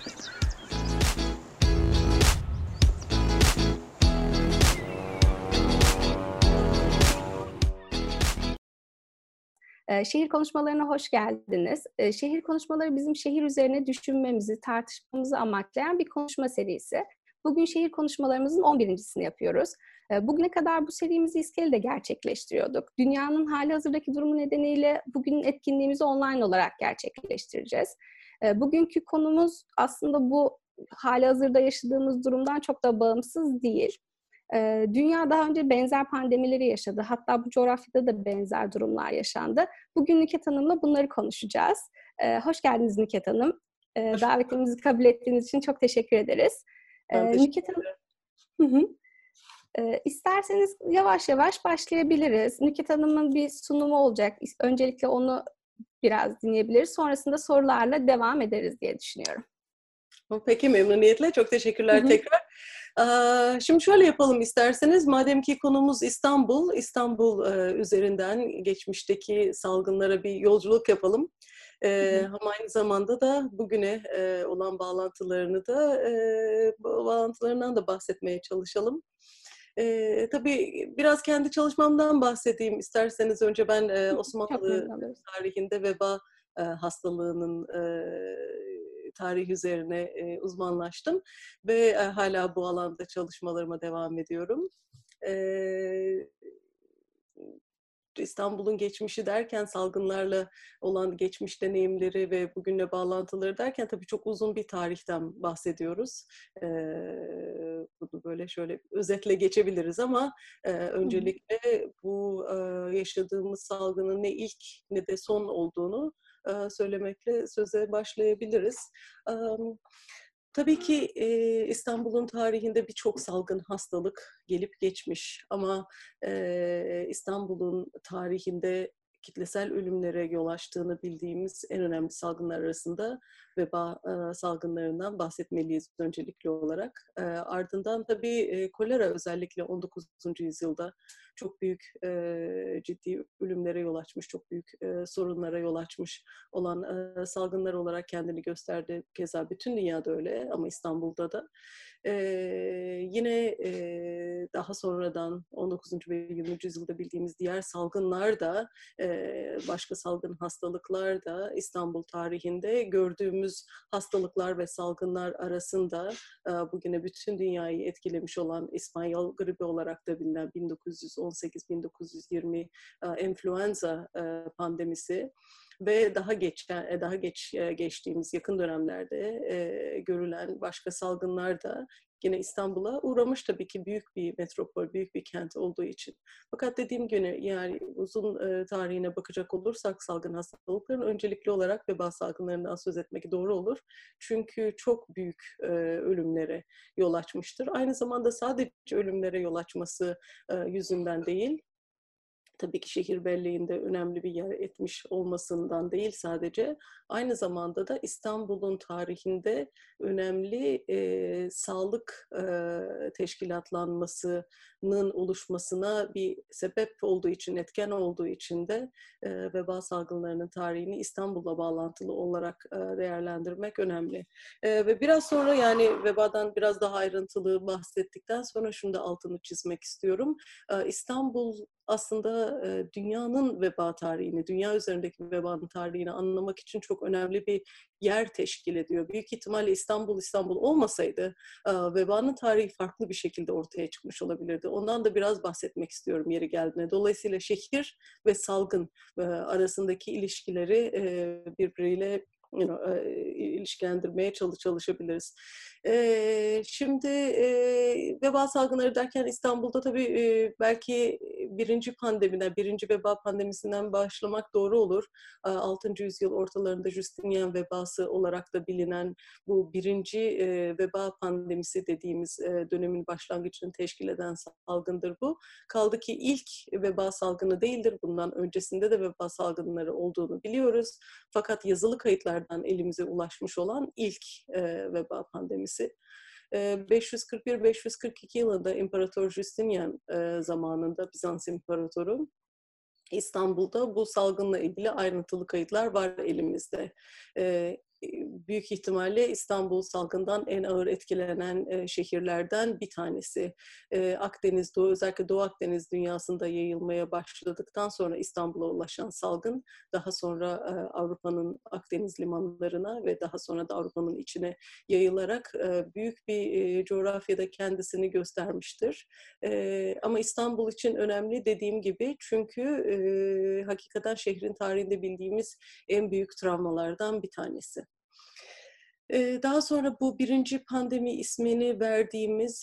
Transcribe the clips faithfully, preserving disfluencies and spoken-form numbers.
Eee, şehir konuşmalarına hoş geldiniz. Eee, şehir konuşmaları bizim şehir üzerine düşünmemizi, tartışmamızı amaçlayan bir konuşma serisi. Bugün şehir konuşmalarımızın on birincisini yapıyoruz. Eee, bugüne kadar bu serimizi İskele'de gerçekleştiriyorduk. Dünyanın hâlihazırdaki durumu nedeniyle bugün etkinliğimizi online olarak gerçekleştireceğiz. Eee, bugünkü konumuz aslında bu hâlihazırda yaşadığımız durumdan çok da bağımsız değil. Eee, dünya daha önce benzer pandemileri yaşadı. Hatta bu coğrafyada da benzer durumlar yaşandı. Bugün Nükhet Hanım'la bunları konuşacağız. Eee, hoş geldiniz Nükhet Hanım. Eee, Hoş bulduk. davetimizi kabul ettiğiniz için çok teşekkür ederiz. Ben Eee, teşekkür Nükhet Hanım, ederim. hı hı. Eee, isterseniz yavaş yavaş başlayabiliriz. Nükhet Hanım'ın bir sunumu olacak. İs öncelikle onu biraz dinleyebiliriz. Sonrasında sorularla devam ederiz diye düşünüyorum. Peki, memnuniyetle. Çok Hı teşekkürler hı. tekrar. Aaa, şimdi şöyle yapalım isterseniz. Madem ki konumuz İstanbul, İstanbul, eee, üzerinden geçmişteki salgınlara bir yolculuk yapalım. Hı Eee, hı. ama aynı zamanda da bugüne, eee, olan bağlantılarını da, eee, ba bağlantılarından da bahsetmeye çalışalım. Eee, tabii biraz kendi çalışmamdan bahsedeyim isterseniz. Önce ben, eee, Çok Osmanlı memnun oluruz. tarihinde veba, eee, hastalığının, eee, tarihi üzerine, eee, uzmanlaştım ve, eee, hâlâ bu alanda çalışmalarıma devam ediyorum. Eee, İstanbul'un geçmişi derken, salgınlarla olan geçmiş deneyimleri ve bugünle bağlantıları derken tabii çok uzun bir tarihten bahsediyoruz. Eee, bunu böyle şöyle özetle geçebiliriz ama, eee, Hı hı. öncelikle bu, eee, yaşadığımız salgının ne ilk ne de son olduğunu, eee, söylemekle söze başlayabiliriz. Emm, tabii ki, eee, İstanbul'un tarihinde birçok salgın hastalık gelip geçmiş ama, eee, İstanbul'un tarihinde kitlesel ölümlere yol açtığını bildiğimiz en önemli salgınlar arasında veba, eee, salgınlarından bahsetmeliyiz öncelikli olarak. Eee, ardından tabii, eee, kolera özellikle on dokuzuncu yüzyılda çok büyük, eee, ciddi ölümlere yol açmış, çok büyük, eee, sorunlara yol açmış olan, eee, salgınlar olarak kendini gösterdi. Keza bütün dünyada öyle ama İstanbul'da da. Eee, yine, eee, daha sonradan on dokuzuncu ve yirminci yüzyılda bildiğimiz diğer salgınlar da, eee, başka salgın hastalıklar da İstanbul tarihinde gördüğümüz hastalıklar ve salgınlar arasında, eee, bugüne bütün dünyayı etkilemiş olan İspanyol gribi olarak da bilinen bin dokuz yüz on sekiz bin dokuz yüz yirmi eee, enfluenza, eee, pandemisi ve daha geçen daha geç, eee, geçtiğimiz yakın dönemlerde, eee, görülen başka salgınlar da gene İstanbul'a uğramış tabii ki büyük bir metropol, büyük bir kent olduğu için. Fakat dediğim gibi, yani uzun, eee, tarihine bakacak olursak salgın hastalıkların öncelikli olarak veba salgınlarından söz etmek doğru olur. Çünkü çok büyük, eee, ölümlere yol açmıştır. Aynı zamanda sadece ölümlere yol açması, eee, yüzünden değil, tabii ki şehir belleğinde önemli bir yer etmiş olmasından değil sadece, aynı zamanda da İstanbul'un tarihinde önemli, eee, sağlık, eee, teşkilatlanmasının oluşmasına bir sebep olduğu için, etken olduğu için de, eee, veba salgınlarının tarihini İstanbul'la bağlantılı olarak, eee, değerlendirmek önemli. Eee, ve biraz sonra, yani vebadan biraz daha ayrıntılı bahsettikten sonra şunu da altını çizmek istiyorum. Eee, İstanbul aslında, eee, dünyanın veba tarihini, dünya üzerindeki vebanın tarihini anlamak için çok önemli bir yer teşkil ediyor. Büyük ihtimalle İstanbul, İstanbul olmasaydı, eee, vebanın tarihi farklı bir şekilde ortaya çıkmış olabilirdi. Ondan da biraz bahsetmek istiyorum yeri geldiğinde. Dolayısıyla şehir ve salgın, eee, arasındaki ilişkileri, eee, birbiriyle you know, eee, ilişkilendirmeye çalı çalışabiliriz. Eee, şimdi, eee, veba salgınları derken İstanbul'da tabii, eee, belki birinci pandemiden, birinci veba pandemisinden başlamak doğru olur. Eee, altıncı yüzyıl ortalarında Justinian vebası olarak da bilinen bu birinci eee, veba pandemisi dediğimiz, eee, dönemin başlangıcını teşkil eden salgındır bu. Kaldı ki ilk veba salgını değildir. Bundan öncesinde de veba salgınları olduğunu biliyoruz. Fakat yazılı kayıtlardan elimize ulaşmış olan ilk, eee, veba pandemisi. Eee, beş yüz kırk bir beş yüz kırk iki yılında İmparator Justinian, eee, zamanında Bizans İmparatoru, İstanbul'da bu salgınla ilgili ayrıntılı kayıtlar var elimizde. Eee, büyük ihtimalle İstanbul salgından en ağır etkilenen şehirlerden bir tanesi. Akdeniz, Doğu, özellikle Doğu Akdeniz dünyasında yayılmaya başladıktan sonra İstanbul'a ulaşan salgın, daha sonra Avrupa'nın Akdeniz limanlarına ve daha sonra da Avrupa'nın içine yayılarak büyük bir coğrafyada kendisini göstermiştir. Ama İstanbul için önemli dediğim gibi, çünkü hakikaten şehrin tarihinde bildiğimiz en büyük travmalardan bir tanesi. Daha sonra bu birinci pandemi ismini verdiğimiz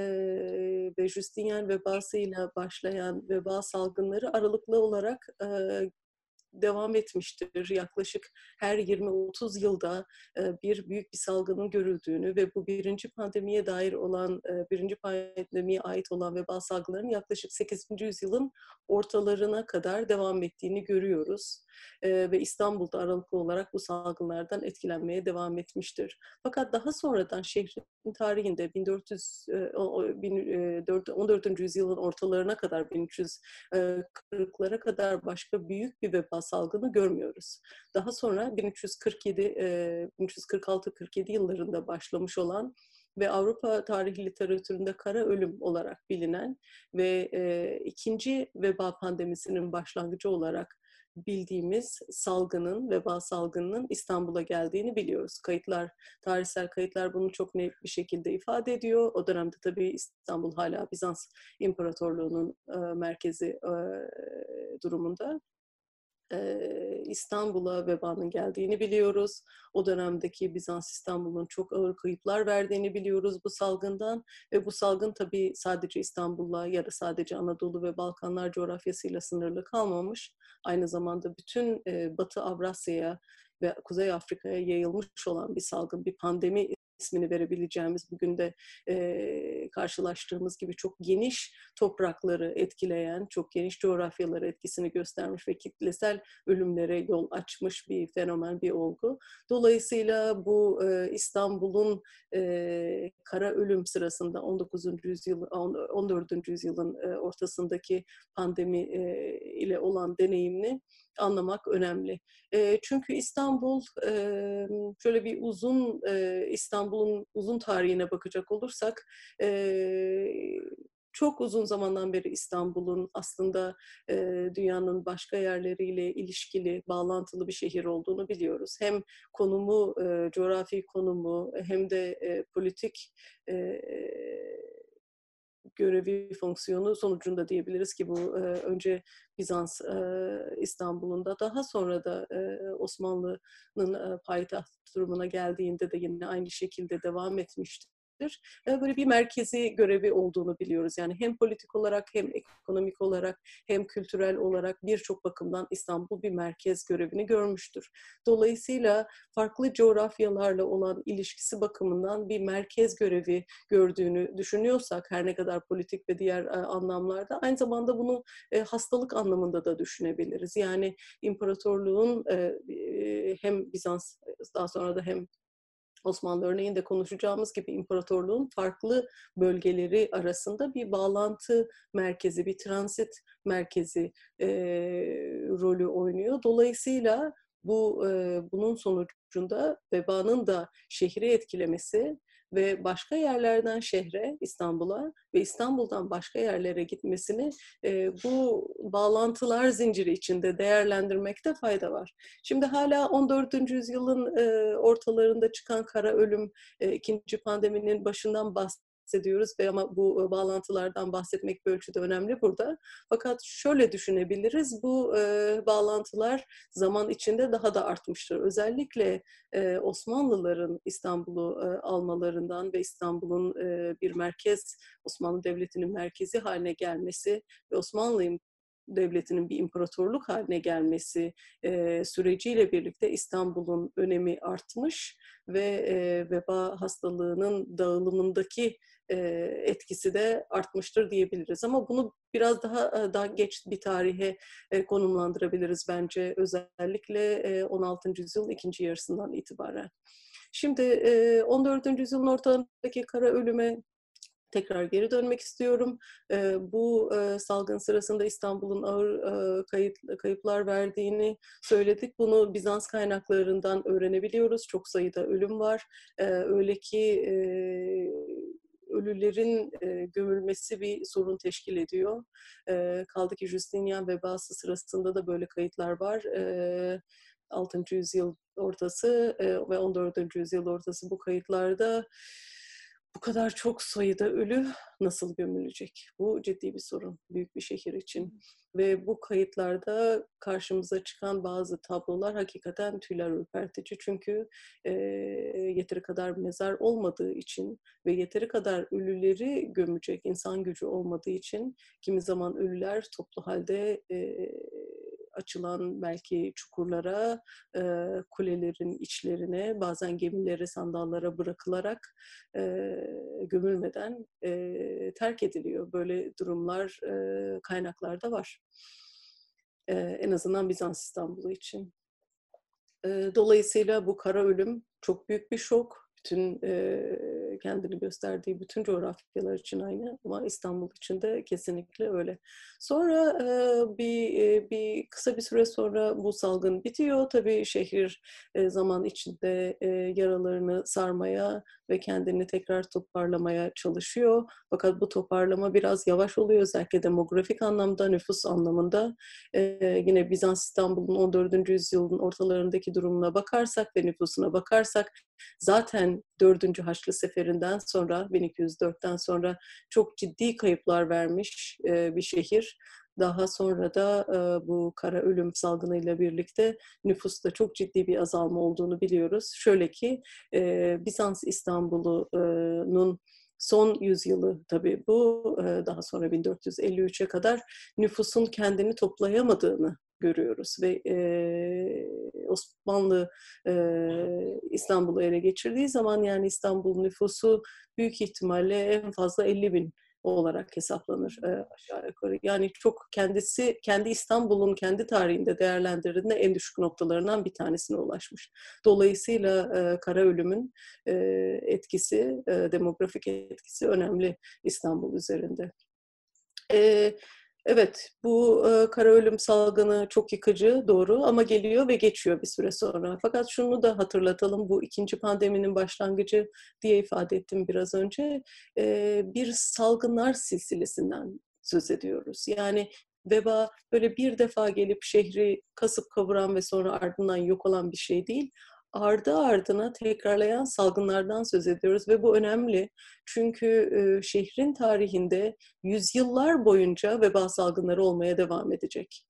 ve Justinian vebasıyla başlayan veba salgınları aralıklı olarak devam etmiştir. Yaklaşık her yirmi otuz yılda bir büyük bir salgının görüldüğünü ve bu birinci pandemiye dair olan, birinci pandemiye ait olan veba salgınlarının yaklaşık sekizinci yüzyılın ortalarına kadar devam ettiğini görüyoruz. Ve İstanbul'da aralıklı olarak bu salgınlardan etkilenmeye devam etmiştir. Fakat daha sonradan şehrin tarihinde bin dört yüz, on dördüncü yüzyılın ortalarına kadar, bin üç yüz kırklara kadar başka büyük bir veba salgını görmüyoruz. Daha sonra bin üç yüz kırk yedi, bin üç yüz kırk altı kırk yedi yıllarında başlamış olan ve Avrupa tarihi literatüründe kara ölüm olarak bilinen ve e, ikinci veba pandemisinin başlangıcı olarak bildiğimiz salgının, veba salgınının İstanbul'a geldiğini biliyoruz. Kayıtlar, tarihsel kayıtlar bunu çok net bir şekilde ifade ediyor. O dönemde tabii İstanbul hala Bizans İmparatorluğu'nun e, merkezi e, durumunda. İstanbul'a vebanın geldiğini biliyoruz. O dönemdeki Bizans İstanbul'un çok ağır kayıplar verdiğini biliyoruz bu salgından ve bu salgın tabii sadece İstanbul'la ya da sadece Anadolu ve Balkanlar coğrafyasıyla sınırlı kalmamış. Aynı zamanda bütün Batı Avrasya'ya ve Kuzey Afrika'ya yayılmış olan bir salgın, bir pandemi ismini verebileceğimiz, bugün de e, karşılaştığımız gibi çok geniş toprakları etkileyen, çok geniş coğrafyalara etkisini göstermiş ve kitlesel ölümlere yol açmış bir fenomen, bir olgu. Dolayısıyla bu e, İstanbul'un e, kara ölüm sırasında on dokuzuncu yüzyıl, on dördüncü yüzyılın e, ortasındaki pandemi e, ile olan deneyimini anlamak önemli. E, çünkü İstanbul, e, şöyle bir uzun e, İstanbul'un uzun tarihine bakacak olursak, e, çok uzun zamandan beri İstanbul'un aslında e, dünyanın başka yerleriyle ilişkili, bağlantılı bir şehir olduğunu biliyoruz. Hem konumu, e, coğrafi konumu, hem de e, politik e, görevi, fonksiyonu sonucunda diyebiliriz ki bu e, önce Bizans e, İstanbul'unda, daha sonra da e, Osmanlı'nın e, payitaht durumuna geldiğinde de yine aynı şekilde devam etmiştir. Böyle bir merkezi görevi olduğunu biliyoruz. Yani hem politik olarak, hem ekonomik olarak, hem kültürel olarak birçok bakımdan İstanbul bir merkez görevini görmüştür. Dolayısıyla farklı coğrafyalarla olan ilişkisi bakımından bir merkez görevi gördüğünü düşünüyorsak, her ne kadar politik ve diğer anlamlarda, aynı zamanda bunu hastalık anlamında da düşünebiliriz. Yani imparatorluğun hem Bizans, daha sonra da hem Osmanlı örneğinde konuşacağımız gibi imparatorluğun farklı bölgeleri arasında bir bağlantı merkezi, bir transit merkezi e, rolü oynuyor. Dolayısıyla bu e, bunun sonucunda vebanın da şehri etkilemesi ve başka yerlerden şehre, İstanbul'a ve İstanbul'dan başka yerlere gitmesini e, bu bağlantılar zinciri içinde değerlendirmekte fayda var. Şimdi hala on dördüncü yüzyılın e, ortalarında çıkan kara ölüm, e, ikinci pandeminin başından bahsediyoruz ve ama bu bağlantılardan bahsetmek bir ölçüde önemli burada. Fakat şöyle düşünebiliriz, bu e, bağlantılar zaman içinde daha da artmıştır. Özellikle e, Osmanlıların İstanbul'u e, almalarından ve İstanbul'un e, bir merkez, Osmanlı Devleti'nin merkezi haline gelmesi ve Osmanlı Devleti'nin bir imparatorluk haline gelmesi e, süreciyle birlikte İstanbul'un önemi artmış ve e, veba hastalığının dağılımındaki e, etkisi de artmıştır diyebiliriz. Ama bunu biraz daha daha geç bir tarihe e, konumlandırabiliriz bence, özellikle e, on altıncı yüzyılın ikinci yarısından itibaren. Şimdi e, on dördüncü yüzyılın ortalarındaki kara ölüme tekrar geri dönmek istiyorum. E, bu e, salgın sırasında İstanbul'un ağır e, kayıp, kayıplar verdiğini söyledik. Bunu Bizans kaynaklarından öğrenebiliyoruz. Çok sayıda ölüm var. E, öyle ki e, ölülerin e, gömülmesi bir sorun teşkil ediyor. E, kaldı ki Justinian vebası sırasında da böyle kayıtlar var. E, altıncı yüzyıl ortası e, ve on dördüncü yüzyıl ortası bu kayıtlarda bu kadar çok sayıda ölü nasıl gömülecek? Bu ciddi bir sorun büyük bir şehir için. Ve bu kayıtlarda karşımıza çıkan bazı tablolar hakikaten tüyler ürpertici. Çünkü e, yeteri kadar mezar olmadığı için ve yeteri kadar ölüleri gömecek insan gücü olmadığı için kimi zaman ölüler toplu halde e, açılan belki çukurlara, e, kulelerin içlerine, bazen gemilere, sandallara bırakılarak e, gömülmeden e, terk ediliyor. Böyle durumlar e, kaynaklarda var. E, en azından Bizans İstanbul'u için. E, dolayısıyla bu kara ölüm çok büyük bir şok. Bütün e, kendini gösterdiği bütün coğrafyalar için aynı ama İstanbul için de kesinlikle öyle. Sonra e, bir, e, bir kısa bir süre sonra bu salgın bitiyor. Tabii şehir e, zaman içinde e, yaralarını sarmaya ve kendini tekrar toparlamaya çalışıyor. Fakat bu toparlama biraz yavaş oluyor. Özellikle demografik anlamda, nüfus anlamında. E, yine Bizans İstanbul'un on dördüncü yüzyılın ortalarındaki durumuna bakarsak ve nüfusuna bakarsak zaten dördüncü Haçlı Seferi'nden sonra, bin iki yüz dörtten sonra çok ciddi kayıplar vermiş e, bir şehir. Daha sonra da e, bu kara ölüm salgınıyla birlikte nüfusta çok ciddi bir azalma olduğunu biliyoruz. Şöyle ki e, Bizans İstanbul'un son yüzyılı tabii bu, e, daha sonra bin dört yüz elli üçe kadar nüfusun kendini toplayamadığını görüyoruz ve e, Osmanlı e, İstanbul'u ele geçirdiği zaman yani İstanbul nüfusu büyük ihtimalle en fazla elli bin olarak hesaplanır e, aşağı yukarı. Yani çok kendisi, kendi İstanbul'un kendi tarihinde değerlendirildiğinde en düşük noktalarından bir tanesine ulaşmış. Dolayısıyla e, kara ölümün e, etkisi, e, demografik etkisi önemli İstanbul üzerinde. E, Evet, bu e, kara ölüm salgını çok yıkıcı, doğru ama geliyor ve geçiyor bir süre sonra. Fakat şunu da hatırlatalım, bu ikinci pandeminin başlangıcı diye ifade ettim biraz önce. E, bir salgınlar silsilesinden söz ediyoruz. Yani veba böyle bir defa gelip şehri kasıp kavuran ve sonra ardından yok olan bir şey değil. Ardı ardına tekrarlayan salgınlardan söz ediyoruz ve bu önemli. Çünkü e, şehrin tarihinde yüzyıllar boyunca veba salgınları olmaya devam edecek.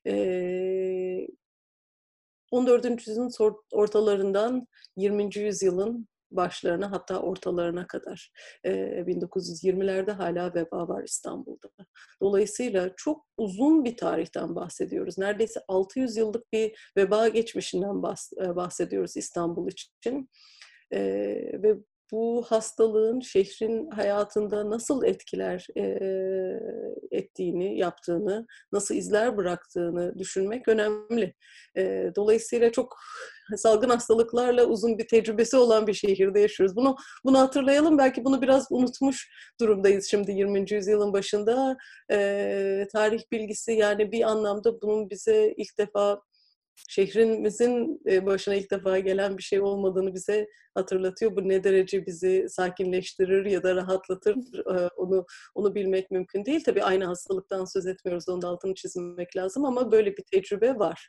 E, on dördüncü yüzyılın ortalarından yirminci yüzyılın başlarına hatta ortalarına kadar e, bin dokuz yüz yirmilerde hala veba var İstanbul'da. Dolayısıyla çok uzun bir tarihten bahsediyoruz. Neredeyse altı yüz yıllık bir veba geçmişinden bahsediyoruz İstanbul için. E, ve bu hastalığın şehrin hayatında nasıl etkiler e, ettiğini, yaptığını, nasıl izler bıraktığını düşünmek önemli. E, dolayısıyla çok salgın hastalıklarla uzun bir tecrübesi olan bir şehirde yaşıyoruz. Bunu bunu hatırlayalım. Belki bunu biraz unutmuş durumdayız şimdi yirminci yüzyılın başında. E, tarih bilgisi yani bir anlamda bunun bize ilk defa şehrimizin başına ilk defa gelen bir şey olmadığını bize hatırlatıyor. Bu ne derece bizi sakinleştirir ya da rahatlatır onu onu bilmek mümkün değil. Tabii aynı hastalıktan söz etmiyoruz, onun da altını çizmek lazım ama böyle bir tecrübe var.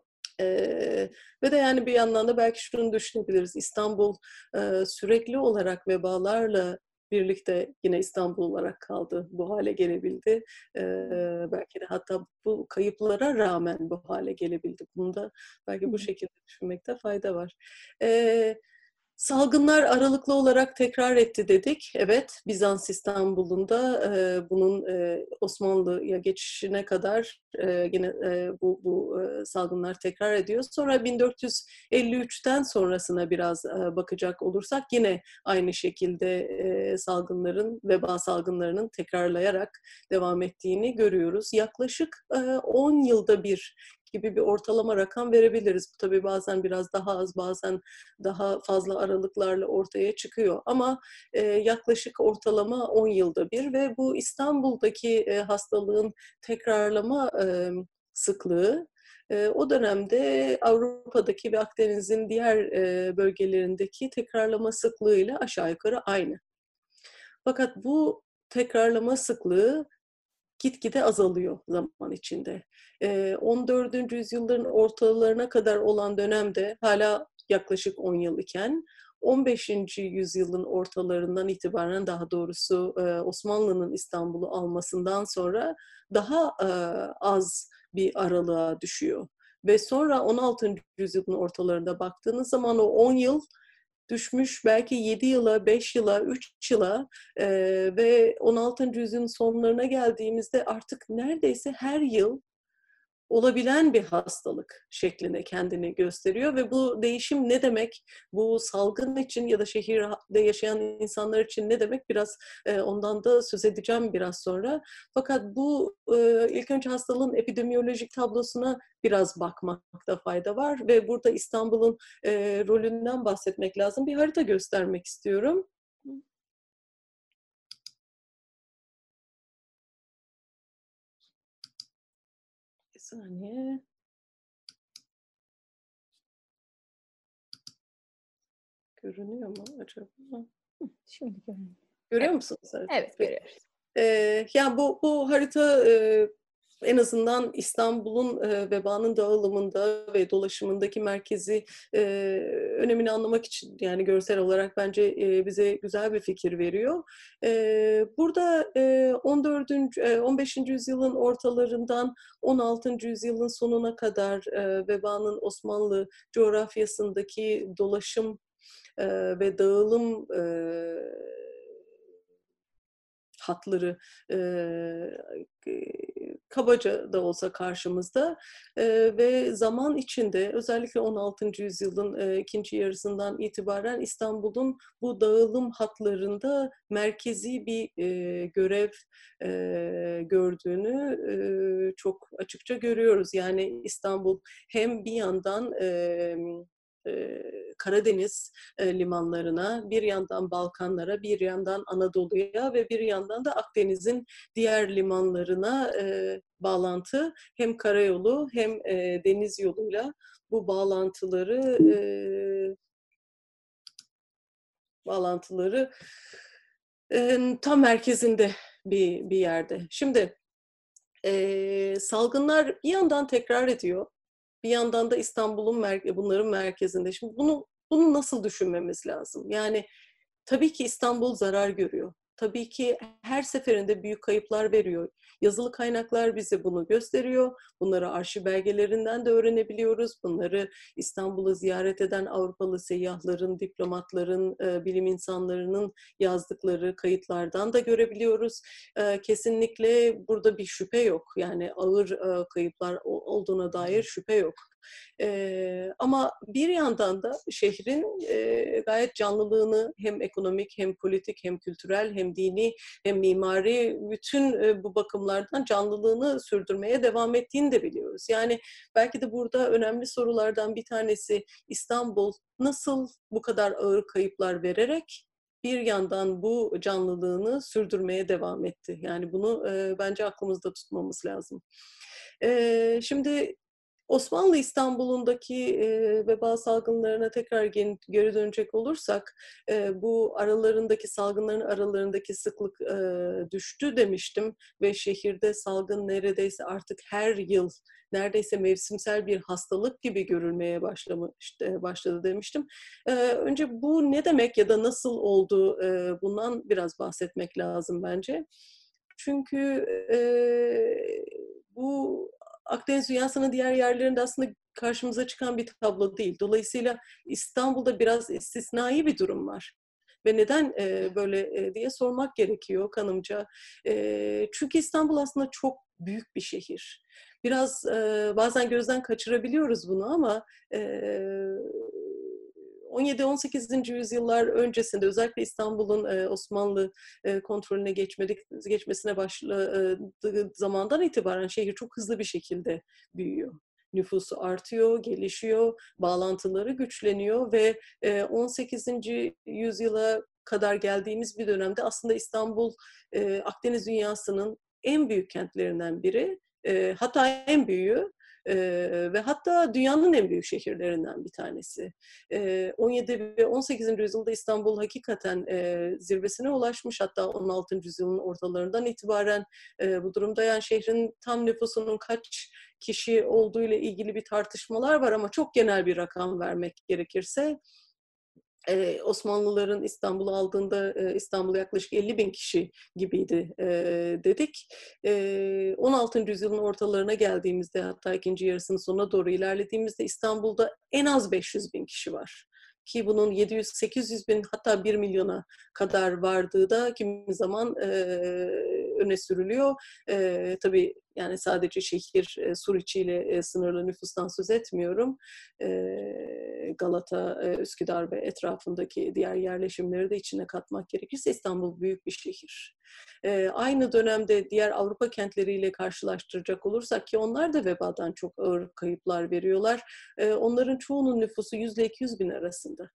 Ee, ve de yani bir yandan da belki şunu düşünebiliriz. İstanbul e, sürekli olarak vebalarla birlikte yine İstanbul olarak kaldı, bu hale gelebildi. Ee, belki de hatta bu kayıplara rağmen bu hale gelebildi. Bunu da belki bu şekilde düşünmekte fayda var. Ee, Salgınlar aralıklı olarak tekrar etti dedik. Evet, Bizans İstanbul'un da e, bunun e, Osmanlı'ya geçişine kadar e, yine e, bu, bu e, salgınlar tekrar ediyor. Sonra bin dört yüz elli üçten sonrasına biraz e, bakacak olursak yine aynı şekilde e, salgınların, veba salgınlarının tekrarlayarak devam ettiğini görüyoruz. Yaklaşık e, on yılda bir gibi bir ortalama rakam verebiliriz. Bu tabii bazen biraz daha az, bazen daha fazla aralıklarla ortaya çıkıyor. Ama e, yaklaşık ortalama on yılda bir ve bu İstanbul'daki e, hastalığın tekrarlama e, sıklığı e, o dönemde Avrupa'daki ve Akdeniz'in diğer e, bölgelerindeki tekrarlama sıklığıyla aşağı yukarı aynı. Fakat bu tekrarlama sıklığı gitgide azalıyor zaman içinde. on dördüncü yüzyılların ortalarına kadar olan dönemde hala yaklaşık on yıl iken on beşinci yüzyılın ortalarından itibaren, daha doğrusu Osmanlı'nın İstanbul'u almasından sonra daha az bir aralığa düşüyor. Ve sonra on altıncı yüzyılın ortalarında baktığınız zaman o on yıl düşmüş belki yedi yıla, beş yıla, üç yıla e, ve on altıncı yüzyılın sonlarına geldiğimizde artık neredeyse her yıl olabilen bir hastalık şeklinde kendini gösteriyor ve bu değişim ne demek? Bu salgın için ya da şehirde yaşayan insanlar için ne demek? Biraz e, ondan da söz edeceğim biraz sonra. Fakat bu e, ilk önce hastalığın epidemiyolojik tablosuna biraz bakmakta fayda var ve burada İstanbul'un e, rolünden bahsetmek lazım. Bir harita göstermek istiyorum. Bir saniye. Görünüyor mu acaba? Şimdi görünüyor. Görüyor Evet. musunuz? Evet, Evet, görüyoruz. Ee, yani bu, bu harita e, en azından İstanbul'un e, vebanın dağılımında ve dolaşımındaki merkezi e, önemini anlamak için, yani görsel olarak bence e, bize güzel bir fikir veriyor. E, burada e, on dördüncü e, on beşinci yüzyılın ortalarından on altıncı yüzyılın sonuna kadar e, vebanın Osmanlı coğrafyasındaki dolaşım e, ve dağılım e, hatları e, kabaca da olsa karşımızda e, ve zaman içinde özellikle on altıncı yüzyılın e, ikinci yarısından itibaren İstanbul'un bu dağılım hatlarında merkezi bir e, görev e, gördüğünü e, çok açıkça görüyoruz. Yani İstanbul hem bir yandan e, Karadeniz limanlarına, bir yandan Balkanlara, bir yandan Anadolu'ya ve bir yandan da Akdeniz'in diğer limanlarına e, bağlantı, hem karayolu hem e, deniz yoluyla bu bağlantıları e, bağlantıları e, tam merkezinde bir bir yerde. Şimdi e, salgınlar bir yandan tekrar ediyor. Bir yandan da İstanbul'un mer- bunların merkezinde. Şimdi bunu bunu nasıl düşünmemiz lazım? Yani tabii ki İstanbul zarar görüyor. Tabii ki her seferinde büyük kayıplar veriyor. Yazılı kaynaklar bize bunu gösteriyor. Bunları arşiv belgelerinden de öğrenebiliyoruz. Bunları İstanbul'u ziyaret eden Avrupalı seyyahların, diplomatların, bilim insanlarının yazdıkları kayıtlardan da görebiliyoruz. Kesinlikle burada bir şüphe yok. Yani ağır kayıplar olduğuna dair şüphe yok. Ee, ama bir yandan da şehrin e, gayet canlılığını hem ekonomik hem politik hem kültürel hem dini hem mimari bütün e, bu bakımlardan canlılığını sürdürmeye devam ettiğini de biliyoruz. Yani belki de burada önemli sorulardan bir tanesi, İstanbul nasıl bu kadar ağır kayıplar vererek bir yandan bu canlılığını sürdürmeye devam etti? Yani bunu e, bence aklımızda tutmamız lazım. E, şimdi Osmanlı İstanbul'undaki e, veba salgınlarına tekrar geri dönecek olursak, e, bu aralarındaki salgınların aralarındaki sıklık e, düştü demiştim ve şehirde salgın neredeyse artık her yıl neredeyse mevsimsel bir hastalık gibi görülmeye başlamış, başladı demiştim. E, önce bu ne demek ya da nasıl oldu, e, bundan biraz bahsetmek lazım bence. Çünkü e, bu Akdeniz dünyasının diğer yerlerinde aslında karşımıza çıkan bir tablo değil. Dolayısıyla İstanbul'da biraz istisnai bir durum var. Ve neden e, böyle e, diye sormak gerekiyor kanımca. E, çünkü İstanbul aslında çok büyük bir şehir. Biraz e, bazen gözden kaçırabiliyoruz bunu ama e, on yedi on sekizinci yüzyıllar öncesinde özellikle İstanbul'un e, Osmanlı e, kontrolüne geçmedik, geçmesine başladığı zamandan itibaren şehir çok hızlı bir şekilde büyüyor. nüfusu artıyor, gelişiyor, bağlantıları güçleniyor ve on sekizinci yüzyıla kadar geldiğimiz bir dönemde aslında İstanbul Akdeniz dünyasının en büyük kentlerinden biri, hatta en büyüğü. Ee, ve hatta dünyanın en büyük şehirlerinden bir tanesi. Ee, on yedi ve on sekizinci yüzyılda İstanbul hakikaten e, zirvesine ulaşmış. Hatta on altıncı yüzyılın ortalarından itibaren e, bu durumda, yani şehrin tam nüfusunun kaç kişi olduğu ile ilgili bir tartışmalar var ama çok genel bir rakam vermek gerekirse Ee, Osmanlıların İstanbul'u aldığında e, İstanbul yaklaşık elli bin kişi gibiydi e, dedik. E, on altıncı yüzyılın ortalarına geldiğimizde, hatta ikinci yarısının sonuna doğru ilerlediğimizde İstanbul'da en az beş yüz bin kişi var. Ki bunun yedi yüz sekiz yüz bin, hatta bir milyona kadar vardığı da kimi zaman e, öne sürülüyor. E, tabii yani sadece şehir e, Suriçi ile e, sınırlı nüfustan söz etmiyorum. E, Galata, e, Üsküdar ve etrafındaki diğer yerleşimleri de içine katmak gerekirse İstanbul büyük bir şehir. E, aynı dönemde diğer Avrupa kentleriyle karşılaştıracak olursak, ki onlar da vebadan çok ağır kayıplar veriyorlar, e, onların çoğunun nüfusu yüz ile iki yüz bin arasında.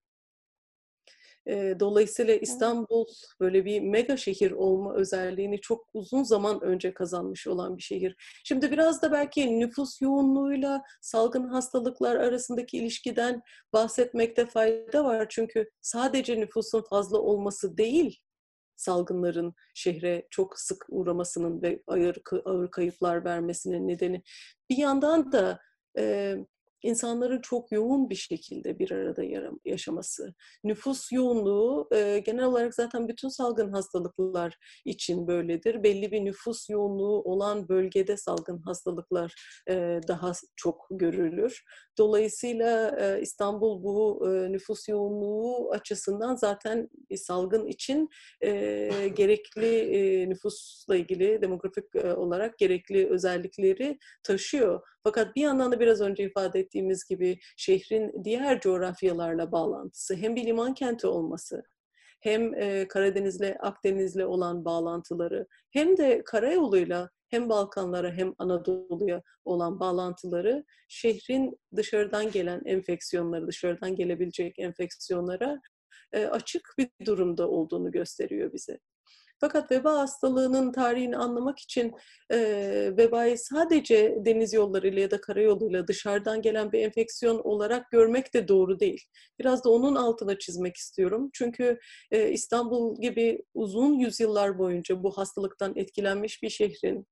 Dolayısıyla İstanbul böyle bir mega şehir olma özelliğini çok uzun zaman önce kazanmış olan bir şehir. Şimdi biraz da belki nüfus yoğunluğuyla salgın hastalıklar arasındaki ilişkiden bahsetmekte fayda var. Çünkü sadece nüfusun fazla olması değil, salgınların şehre çok sık uğramasının ve ağır, ağır kayıplar vermesinin nedeni. Bir yandan da e, insanların çok yoğun bir şekilde bir arada yaşaması. Nüfus yoğunluğu e, genel olarak zaten bütün salgın hastalıklar için böyledir. Belli bir nüfus yoğunluğu olan bölgede salgın hastalıklar e, daha çok görülür. Dolayısıyla e, İstanbul bu e, nüfus yoğunluğu açısından zaten bir salgın için e, gerekli e, nüfusla ilgili demografik e, olarak gerekli özellikleri taşıyor. Fakat bir yandan da biraz önce ifade ettiğimiz gibi şehrin diğer coğrafyalarla bağlantısı, hem bir liman kenti olması, hem e, Karadeniz'le Akdeniz'le olan bağlantıları, hem de karayoluyla hem Balkanlara hem Anadolu'ya olan bağlantıları şehrin dışarıdan gelen enfeksiyonları, dışarıdan gelebilecek enfeksiyonlara e, açık bir durumda olduğunu gösteriyor bize. Fakat veba hastalığının tarihini anlamak için e, vebayı sadece deniz yollarıyla ya da karayoluyla dışarıdan gelen bir enfeksiyon olarak görmek de doğru değil. Biraz da onun altına çizmek istiyorum. Çünkü e, İstanbul gibi uzun yüzyıllar boyunca bu hastalıktan etkilenmiş bir şehrin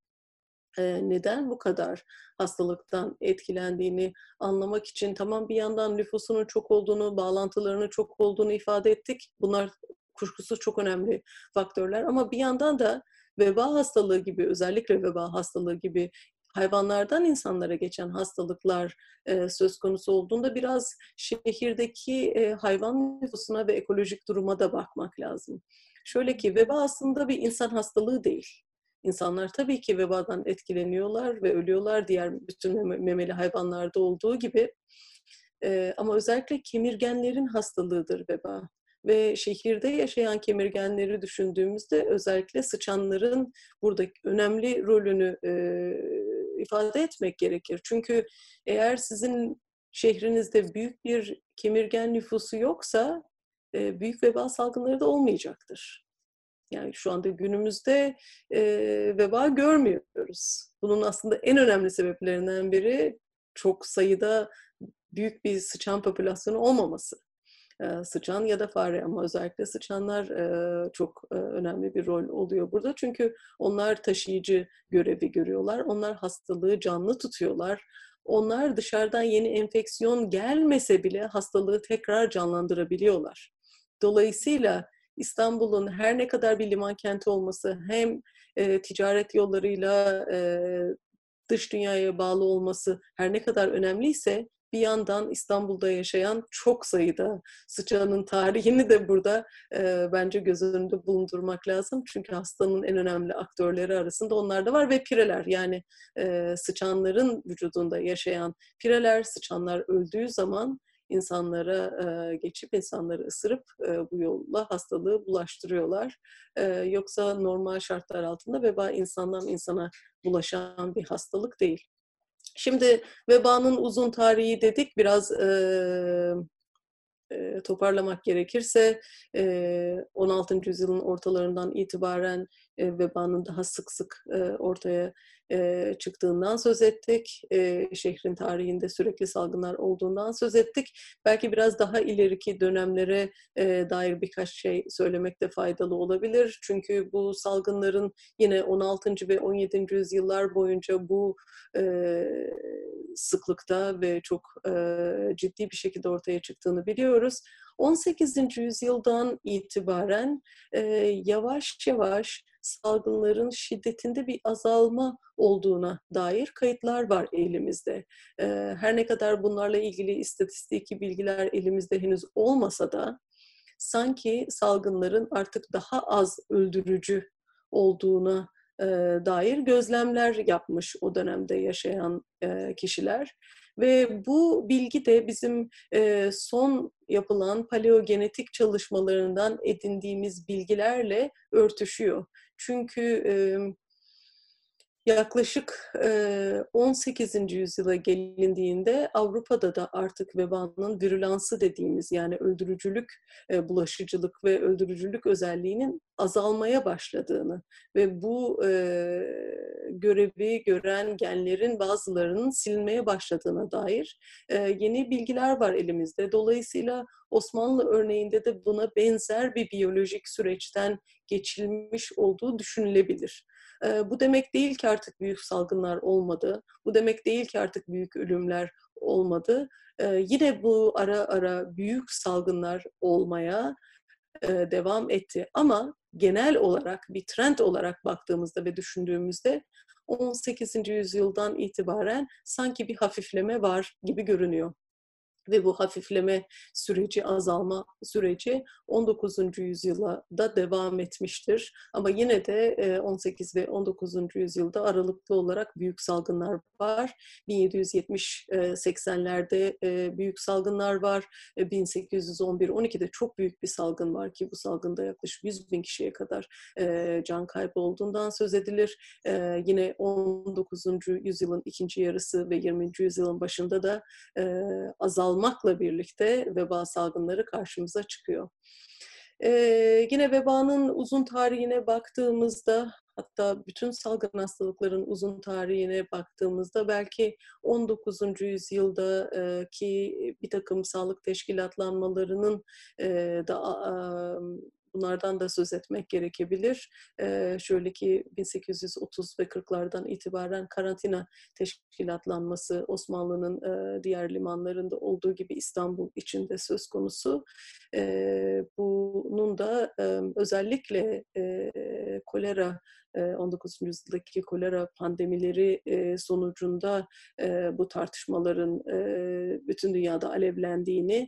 e, neden bu kadar hastalıktan etkilendiğini anlamak için, tamam, bir yandan nüfusunun çok olduğunu, bağlantılarının çok olduğunu ifade ettik. Bunlar kuşkusuz çok önemli faktörler, ama bir yandan da veba hastalığı gibi, özellikle veba hastalığı gibi hayvanlardan insanlara geçen hastalıklar e, söz konusu olduğunda biraz şehirdeki e, hayvan nüfusuna ve ekolojik duruma da bakmak lazım. Şöyle ki, veba aslında bir insan hastalığı değil. İnsanlar tabii ki vebadan etkileniyorlar ve ölüyorlar, diğer bütün memeli hayvanlarda olduğu gibi. E, ama özellikle kemirgenlerin hastalığıdır veba. Ve şehirde yaşayan kemirgenleri düşündüğümüzde özellikle sıçanların burada önemli rolünü e, ifade etmek gerekir. Çünkü eğer sizin şehrinizde büyük bir kemirgen nüfusu yoksa e, büyük veba salgınları da olmayacaktır. Yani şu anda günümüzde e, veba görmüyoruz. Bunun aslında en önemli sebeplerinden biri çok sayıda büyük bir sıçan popülasyonu olmaması. E, sıçan ya da fare, ama özellikle sıçanlar e, çok e, önemli bir rol oluyor burada. Çünkü onlar taşıyıcı görevi görüyorlar. Onlar hastalığı canlı tutuyorlar. Onlar dışarıdan yeni enfeksiyon gelmese bile hastalığı tekrar canlandırabiliyorlar. Dolayısıyla İstanbul'un her ne kadar bir liman kenti olması, hem e, ticaret yollarıyla e, dış dünyaya bağlı olması her ne kadar önemliyse, bir yandan İstanbul'da yaşayan çok sayıda sıçanın tarihini de burada e, bence göz önünde bulundurmak lazım. Çünkü hastanın en önemli aktörleri arasında onlar da var ve pireler, yani e, sıçanların vücudunda yaşayan pireler, sıçanlar öldüğü zaman insanlara e, geçip insanları ısırıp e, bu yolla hastalığı bulaştırıyorlar. E, yoksa normal şartlar altında veba insandan insana bulaşan bir hastalık değil. Şimdi vebanın uzun tarihi dedik, biraz e, e, toparlamak gerekirse e, on altıncı yüzyılın ortalarından itibaren e, vebanın daha sık sık e, ortaya e, çıktığından söz ettik. E, şehrin tarihinde sürekli salgınlar olduğundan söz ettik. Belki biraz daha ileriki dönemlere e, dair birkaç şey söylemekte faydalı olabilir. Çünkü bu salgınların yine on altıncı ve on yedinci yüzyıllar boyunca bu e, sıklıkta ve çok e, ciddi bir şekilde ortaya çıktığını biliyoruz. on sekizinci yüzyıldan itibaren e, yavaş yavaş salgınların şiddetinde bir azalma olduğuna dair kayıtlar var elimizde. E, her ne kadar bunlarla ilgili istatistiki bilgiler elimizde henüz olmasa da sanki salgınların artık daha az öldürücü olduğuna e, dair gözlemler yapmış o dönemde yaşayan e, kişiler. Ve bu bilgi de bizim e, son yapılan paleogenetik çalışmalarından edindiğimiz bilgilerle örtüşüyor. Çünkü e, yaklaşık on sekizinci yüzyıla gelindiğinde Avrupa'da da artık vebanın virülansı dediğimiz, yani öldürücülük, bulaşıcılık ve öldürücülük özelliğinin azalmaya başladığını ve bu görevi gören genlerin bazılarının silinmeye başladığına dair yeni bilgiler var elimizde. Dolayısıyla Osmanlı örneğinde de buna benzer bir biyolojik süreçten geçilmiş olduğu düşünülebilir. Bu demek değil ki artık büyük salgınlar olmadı. Bu demek değil ki artık büyük ölümler olmadı. Yine bu ara ara büyük salgınlar olmaya devam etti. Ama genel olarak bir trend olarak baktığımızda ve düşündüğümüzde on sekizinci yüzyıldan itibaren sanki bir hafifleme var gibi görünüyor. Ve bu hafifleme süreci, azalma süreci on dokuzuncu yüzyıla da devam etmiştir. Ama yine de on sekiz ve on dokuzuncu yüzyılda aralıklı olarak büyük salgınlar var. bin yedi yüz yetmiş seksenlerde büyük salgınlar var. bin sekiz yüz on bir on ikide çok büyük bir salgın var ki bu salgında yaklaşık yüz bin kişiye kadar can kaybı olduğundan söz edilir. Yine on dokuzuncu yüzyılın ikinci yarısı ve yirminci yüzyılın başında da azalma olmakla birlikte veba salgınları karşımıza çıkıyor. Ee, yine vebanın uzun tarihine baktığımızda, hatta bütün salgın hastalıkların uzun tarihine baktığımızda belki on dokuzuncu yüzyıldaki bir takım sağlık teşkilatlanmalarının da bunlardan da söz etmek gerekebilir. Ee, şöyle ki bin sekiz yüz otuz ve kırklardan itibaren karantina teşkilatlanması Osmanlı'nın e, diğer limanlarında olduğu gibi İstanbul için de söz konusu. E, bunun da e, özellikle e, kolera, on dokuzuncu yüzyıldaki kolera pandemileri sonucunda bu tartışmaların bütün dünyada alevlendiğini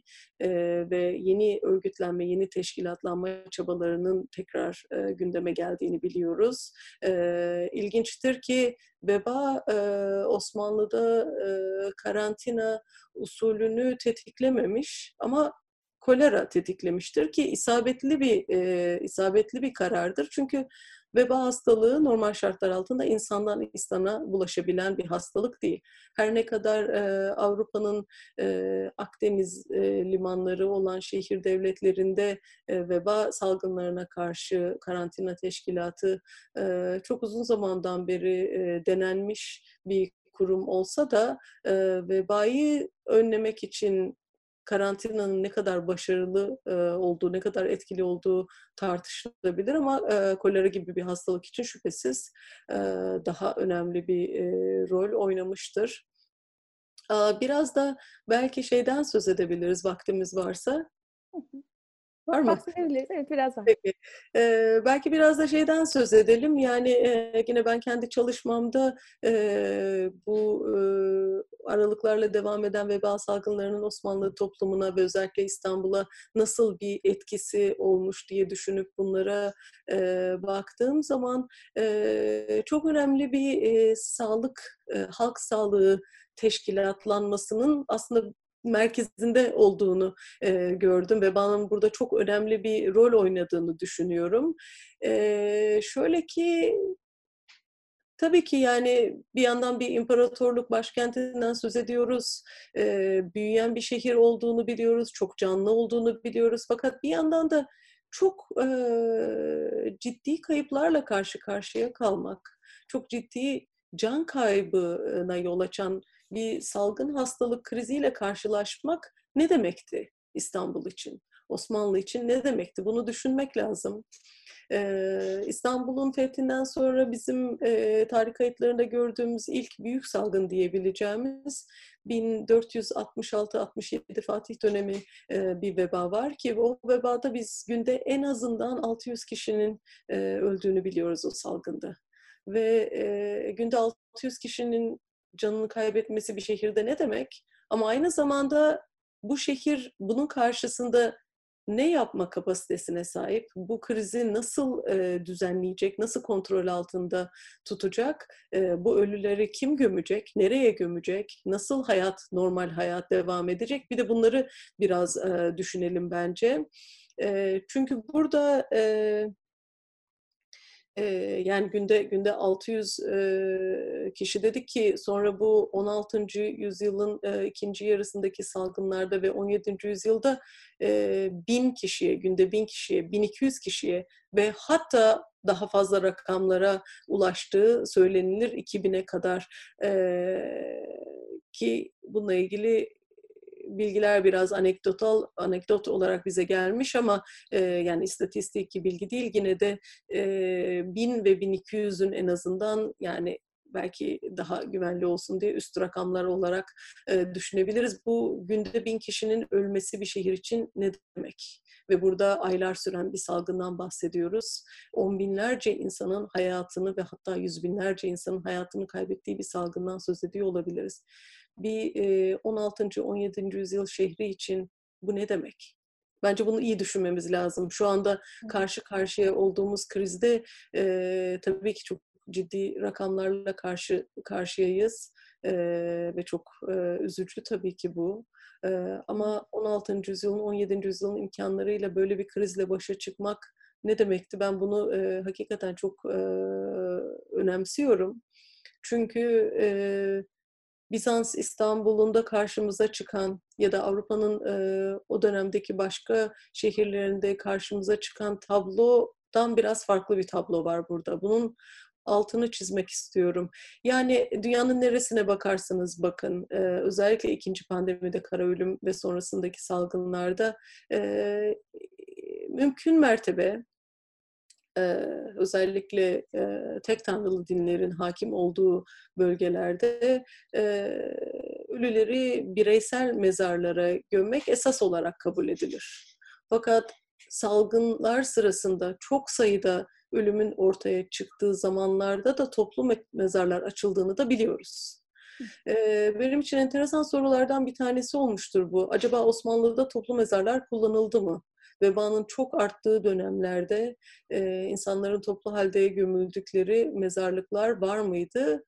ve yeni örgütlenme, yeni teşkilatlanma çabalarının tekrar gündeme geldiğini biliyoruz. İlginçtir ki veba Osmanlı'da karantina usulünü tetiklememiş ama kolera tetiklemiştir ki isabetli bir e, isabetli bir karardır. Çünkü veba hastalığı normal şartlar altında insandan insana bulaşabilen bir hastalık değil. Her ne kadar e, Avrupa'nın e, Akdeniz e, limanları olan şehir devletlerinde e, veba salgınlarına karşı karantina teşkilatı e, çok uzun zamandan beri e, denenmiş bir kurum olsa da e, vebayı önlemek için karantinanın ne kadar başarılı e, olduğu, ne kadar etkili olduğu tartışılabilir ama e, kolera gibi bir hastalık için şüphesiz e, daha önemli bir e, rol oynamıştır. E, biraz da belki şeyden söz edebiliriz vaktimiz varsa. Var mı? Bahsedebiliriz. Evet, biraz var. Peki. Ee, belki biraz da şeyden söz edelim. Yani e, yine ben kendi çalışmamda e, bu e, aralıklarla devam eden veba salgınlarının Osmanlı toplumuna ve özellikle İstanbul'a nasıl bir etkisi olmuş diye düşünüp bunlara e, baktığım zaman e, çok önemli bir e, sağlık, e, halk sağlığı teşkilatlanmasının aslında merkezinde olduğunu e, gördüm ve bana burada çok önemli bir rol oynadığını düşünüyorum. E, şöyle ki Tabii ki yani bir yandan bir imparatorluk başkentinden söz ediyoruz. Eee, büyüyen bir şehir olduğunu biliyoruz, çok canlı olduğunu biliyoruz. Fakat bir yandan da çok eee, ciddi kayıplarla karşı karşıya kalmak, çok ciddi can kaybına yol açan bir salgın hastalık kriziyle karşılaşmak ne demekti İstanbul için? Osmanlı için ne demekti? Bunu düşünmek lazım. Ee, İstanbul'un fethinden sonra bizim e, tarih kayıtlarında gördüğümüz ilk büyük salgın diyebileceğimiz bin dört yüz altmış altı altmış yedi Fatih dönemi e, bir veba var ki o vebada biz günde en azından altı yüz kişinin e, öldüğünü biliyoruz o salgında. Ve e, günde altı yüz kişinin canını kaybetmesi bir şehirde ne demek? Ama aynı zamanda bu şehir bunun karşısında ne yapma kapasitesine sahip? Bu krizi nasıl e, düzenleyecek? Nasıl kontrol altında tutacak? E, bu ölüleri kim gömecek? Nereye gömecek? Nasıl hayat, normal hayat devam edecek? Bir de bunları biraz e, düşünelim bence. E, çünkü burada e, ee, yani günde günde altı yüz e, kişi dedik ki sonra bu on altıncı yüzyılın e, ikinci yarısındaki salgınlarda ve on yedinci yüzyılda e, bin kişiye, günde bin kişiye, bin iki yüz kişiye ve hatta daha fazla rakamlara ulaştığı söylenilir iki bine kadar e, ki bununla ilgili bilgiler biraz anekdotal, anekdot olarak bize gelmiş ama e, yani istatistik bilgi değil yine de e, bin ve bin iki yüzün en azından yani belki daha güvenli olsun diye üst rakamlar olarak e, düşünebiliriz. Bu günde bin kişinin ölmesi bir şehir için ne demek? Ve burada aylar süren bir salgından bahsediyoruz. On binlerce insanın hayatını ve hatta yüz binlerce insanın hayatını kaybettiği bir salgından söz ediyor olabiliriz. Bir e, on altıncı on yedinci yüzyıl şehri için bu ne demek? Bence bunu iyi düşünmemiz lazım. Şu anda karşı karşıya olduğumuz krizde e, tabii ki çok ciddi rakamlarla karşı karşıyayız e, ve çok e, üzücü tabii ki bu. E, ama on altıncı yüzyılın, on yedinci yüzyılın imkanlarıyla böyle bir krizle başa çıkmak ne demekti? Ben bunu e, hakikaten çok e, önemsiyorum. Çünkü e, Bizans İstanbul'unda karşımıza çıkan ya da Avrupa'nın e, o dönemdeki başka şehirlerinde karşımıza çıkan tablodan biraz farklı bir tablo var burada. Bunun altını çizmek istiyorum. Yani dünyanın neresine bakarsanız bakın, e, özellikle ikinci pandemide kara ölüm ve sonrasındaki salgınlarda e, mümkün mertebe Ee, özellikle e, tek tanrılı dinlerin hakim olduğu bölgelerde e, ölüleri bireysel mezarlara gömmek esas olarak kabul edilir. Fakat salgınlar sırasında çok sayıda ölümün ortaya çıktığı zamanlarda da toplu mezarlar açıldığını da biliyoruz. Ee, benim için enteresan sorulardan bir tanesi olmuştur bu. Acaba Osmanlı'da toplu mezarlar kullanıldı mı? Vebanın çok arttığı dönemlerde e, insanların toplu halde gömüldükleri mezarlıklar var mıydı?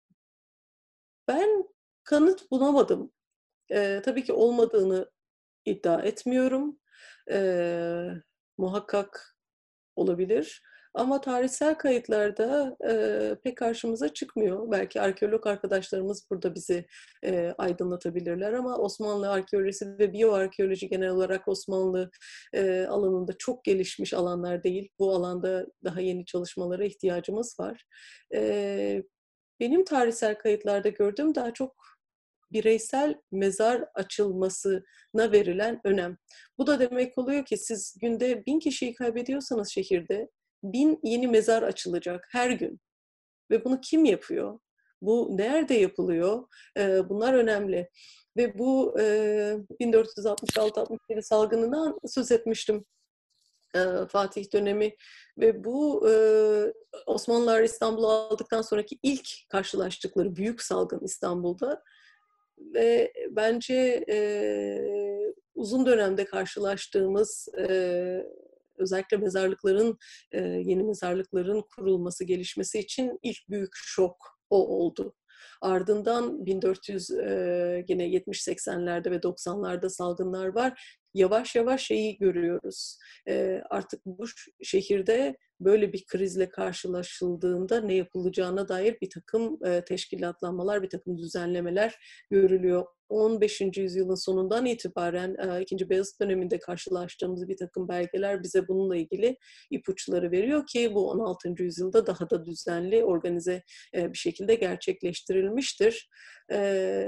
Ben kanıt bulamadım. E, tabii ki olmadığını iddia etmiyorum. E, muhakkak olabilir. Ama tarihsel kayıtlarda e, pek karşımıza çıkmıyor. Belki arkeolog arkadaşlarımız burada bizi e, aydınlatabilirler ama Osmanlı arkeolojisi ve biyoarkeoloji genel olarak Osmanlı e, alanında çok gelişmiş alanlar değil. Bu alanda daha yeni çalışmalara ihtiyacımız var. E, benim tarihsel kayıtlarda gördüğüm daha çok bireysel mezar açılmasına verilen önem. Bu da demek oluyor ki siz günde bin kişiyi kaybediyorsanız şehirde bin yeni mezar açılacak her gün. Ve bunu kim yapıyor? Bu nerede yapılıyor? Ee, bunlar önemli. Ve bu e, bin dört yüz altmış altı altmış yedi salgınından söz etmiştim. E, Fatih dönemi ve bu e, Osmanlılar İstanbul'u aldıktan sonraki ilk karşılaştıkları büyük salgın İstanbul'da ve bence e, uzun dönemde karşılaştığımız e, özellikle mezarlıkların, e, yeni mezarlıkların kurulması, gelişmesi için ilk büyük şok o oldu. Ardından bin dört yüz e, yine yetmiş seksenlerde ve doksanlarda salgınlar var yavaş yavaş şeyi görüyoruz. E, artık bu şehirde böyle bir krizle karşılaşıldığında ne yapılacağına dair bir takım e, teşkilatlanmalar, bir takım düzenlemeler görülüyor. on beşinci yüzyılın sonundan itibaren e, ikinci Beyazıt döneminde karşılaştığımız bir takım belgeler bize bununla ilgili ipuçları veriyor ki bu on altıncı yüzyılda daha da düzenli, organize e, bir şekilde gerçekleştirilmiştir. E,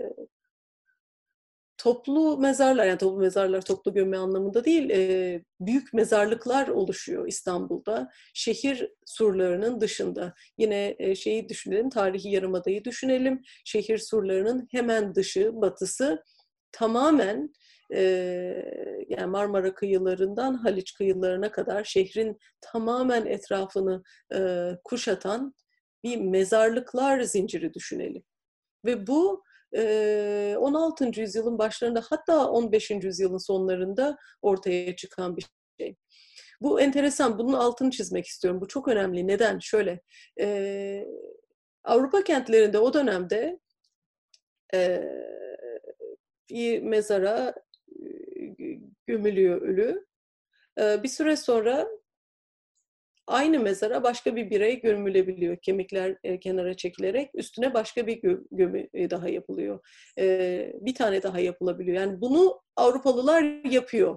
Toplu mezarlar, yani toplu mezarlar toplu gömme anlamında değil, e, büyük mezarlıklar oluşuyor İstanbul'da. Şehir surlarının dışında. Yine e, şeyi düşünelim, tarihi Yarımada'yı düşünelim. Şehir surlarının hemen dışı, batısı tamamen e, yani Marmara kıyılarından Haliç kıyılarına kadar şehrin tamamen etrafını e, kuşatan bir mezarlıklar zinciri düşünelim. Ve bu on altıncı yüzyılın başlarında, hatta on beşinci yüzyılın sonlarında ortaya çıkan bir şey. Bu enteresan, bunun altını çizmek istiyorum. Bu çok önemli. Neden? Şöyle, e, Avrupa kentlerinde o dönemde e, bir mezara gömülüyor ölü. E, bir süre sonra aynı mezara başka bir birey gömülebiliyor. Kemikler e, kenara çekilerek üstüne başka bir gö gömü e, daha yapılıyor. E, bir tane daha yapılabiliyor. Yani bunu Avrupalılar yapıyor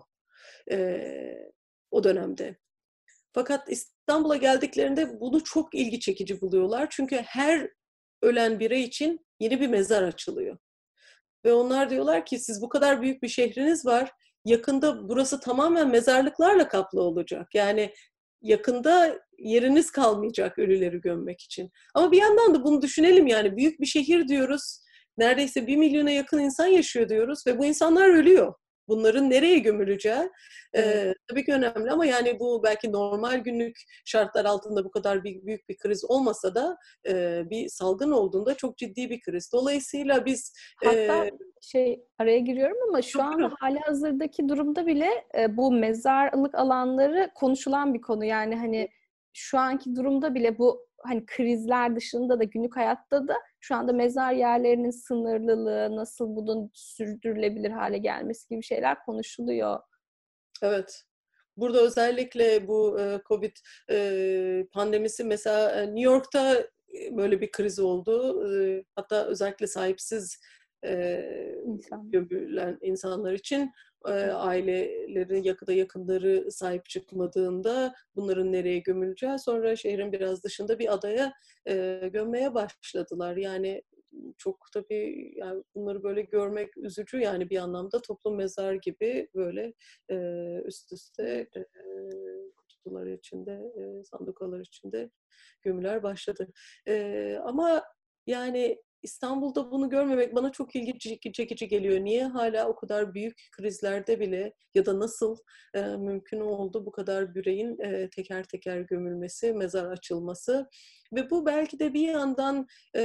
e, o dönemde. Fakat İstanbul'a geldiklerinde bunu çok ilgi çekici buluyorlar. Çünkü her ölen birey için yeni bir mezar açılıyor. Ve onlar diyorlar ki siz bu kadar büyük bir şehriniz var. Yakında burası tamamen mezarlıklarla kaplı olacak. Yani yakında yeriniz kalmayacak ölüleri gömmek için. Ama bir yandan da bunu düşünelim, yani büyük bir şehir diyoruz. Neredeyse bir milyona yakın insan yaşıyor diyoruz ve bu insanlar ölüyor. Bunların nereye gömüleceği Evet. e, tabii ki önemli ama yani bu belki normal günlük şartlar altında bu kadar bir, büyük bir kriz olmasa da e, bir salgın olduğunda çok ciddi bir kriz. Dolayısıyla biz Hatta e, şey araya giriyorum ama şu çok anda halihazırdaki durumda bile e, bu mezarlık alanları konuşulan bir konu. Yani hani şu anki durumda bile bu hani krizler dışında da günlük hayatta da şu anda mezar yerlerinin sınırlılığı, nasıl bunun sürdürülebilir hale gelmesi gibi şeyler konuşuluyor. Evet. Burada özellikle bu e, Covid e, pandemisi mesela e, New York'ta e, böyle bir kriz oldu. E, hatta özellikle sahipsiz e, İnsan. gömülen insanlar için e, aileleri, yakında yakınları sahip çıkmadığında bunların nereye gömüleceği, sonra şehrin biraz dışında bir adaya e, gömmeye başladılar. Yani çok tabii yani bunları böyle görmek üzücü, yani bir anlamda toplu mezar gibi böyle e, üst üste e, kutular içinde, e, sandukalar içinde gömüler başladı. E, ama yani İstanbul'da bunu görmemek bana çok ilgi çekici geliyor. Niye hala o kadar büyük krizlerde bile ya da nasıl e, mümkün oldu bu kadar bireyin e, teker teker gömülmesi, mezar açılması ve bu belki de bir yandan e,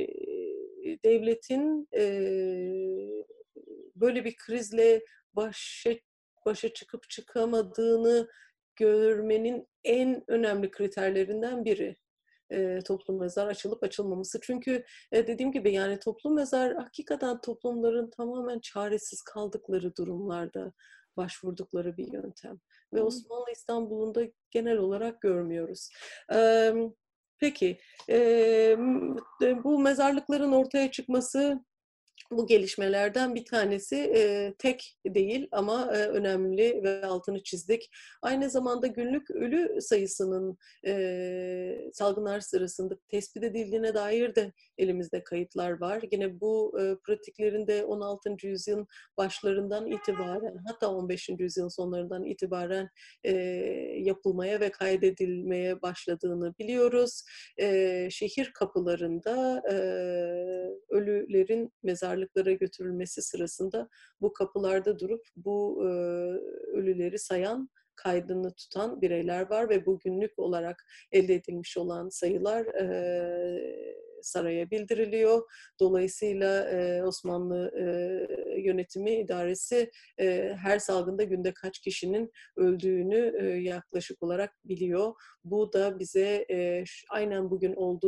devletin e, böyle bir krizle başa, başa çıkıp çıkamadığını görmenin en önemli kriterlerinden biri. E, toplu mezar açılıp açılmaması. Çünkü e, dediğim gibi yani toplu mezar hakikaten toplumların tamamen çaresiz kaldıkları durumlarda başvurdukları bir yöntem. Ve Osmanlı İstanbul'unda genel olarak görmüyoruz. E, peki, e, bu mezarlıkların ortaya çıkması, bu gelişmelerden bir tanesi, e, tek değil ama e, önemli ve altını çizdik. Aynı zamanda günlük ölü sayısının e, salgınlar sırasında tespit edildiğine dair de elimizde kayıtlar var. Yine bu e, pratiklerin de on altıncı yüzyılın başlarından itibaren, hatta on beşinci yüzyılın sonlarından itibaren e, yapılmaya ve kaydedilmeye başladığını biliyoruz. E, şehir kapılarında e, ölülerin mezarlıklara götürülmesi sırasında bu kapılarda durup bu e, ölüleri sayan, kaydını tutan bireyler var ve bu günlük olarak elde edilmiş olan sayılar e, saraya bildiriliyor. Dolayısıyla e, Osmanlı e, yönetimi, idaresi e, her salgında günde kaç kişinin öldüğünü e, yaklaşık olarak biliyor. Bu da bize e, aynen bugün olduğu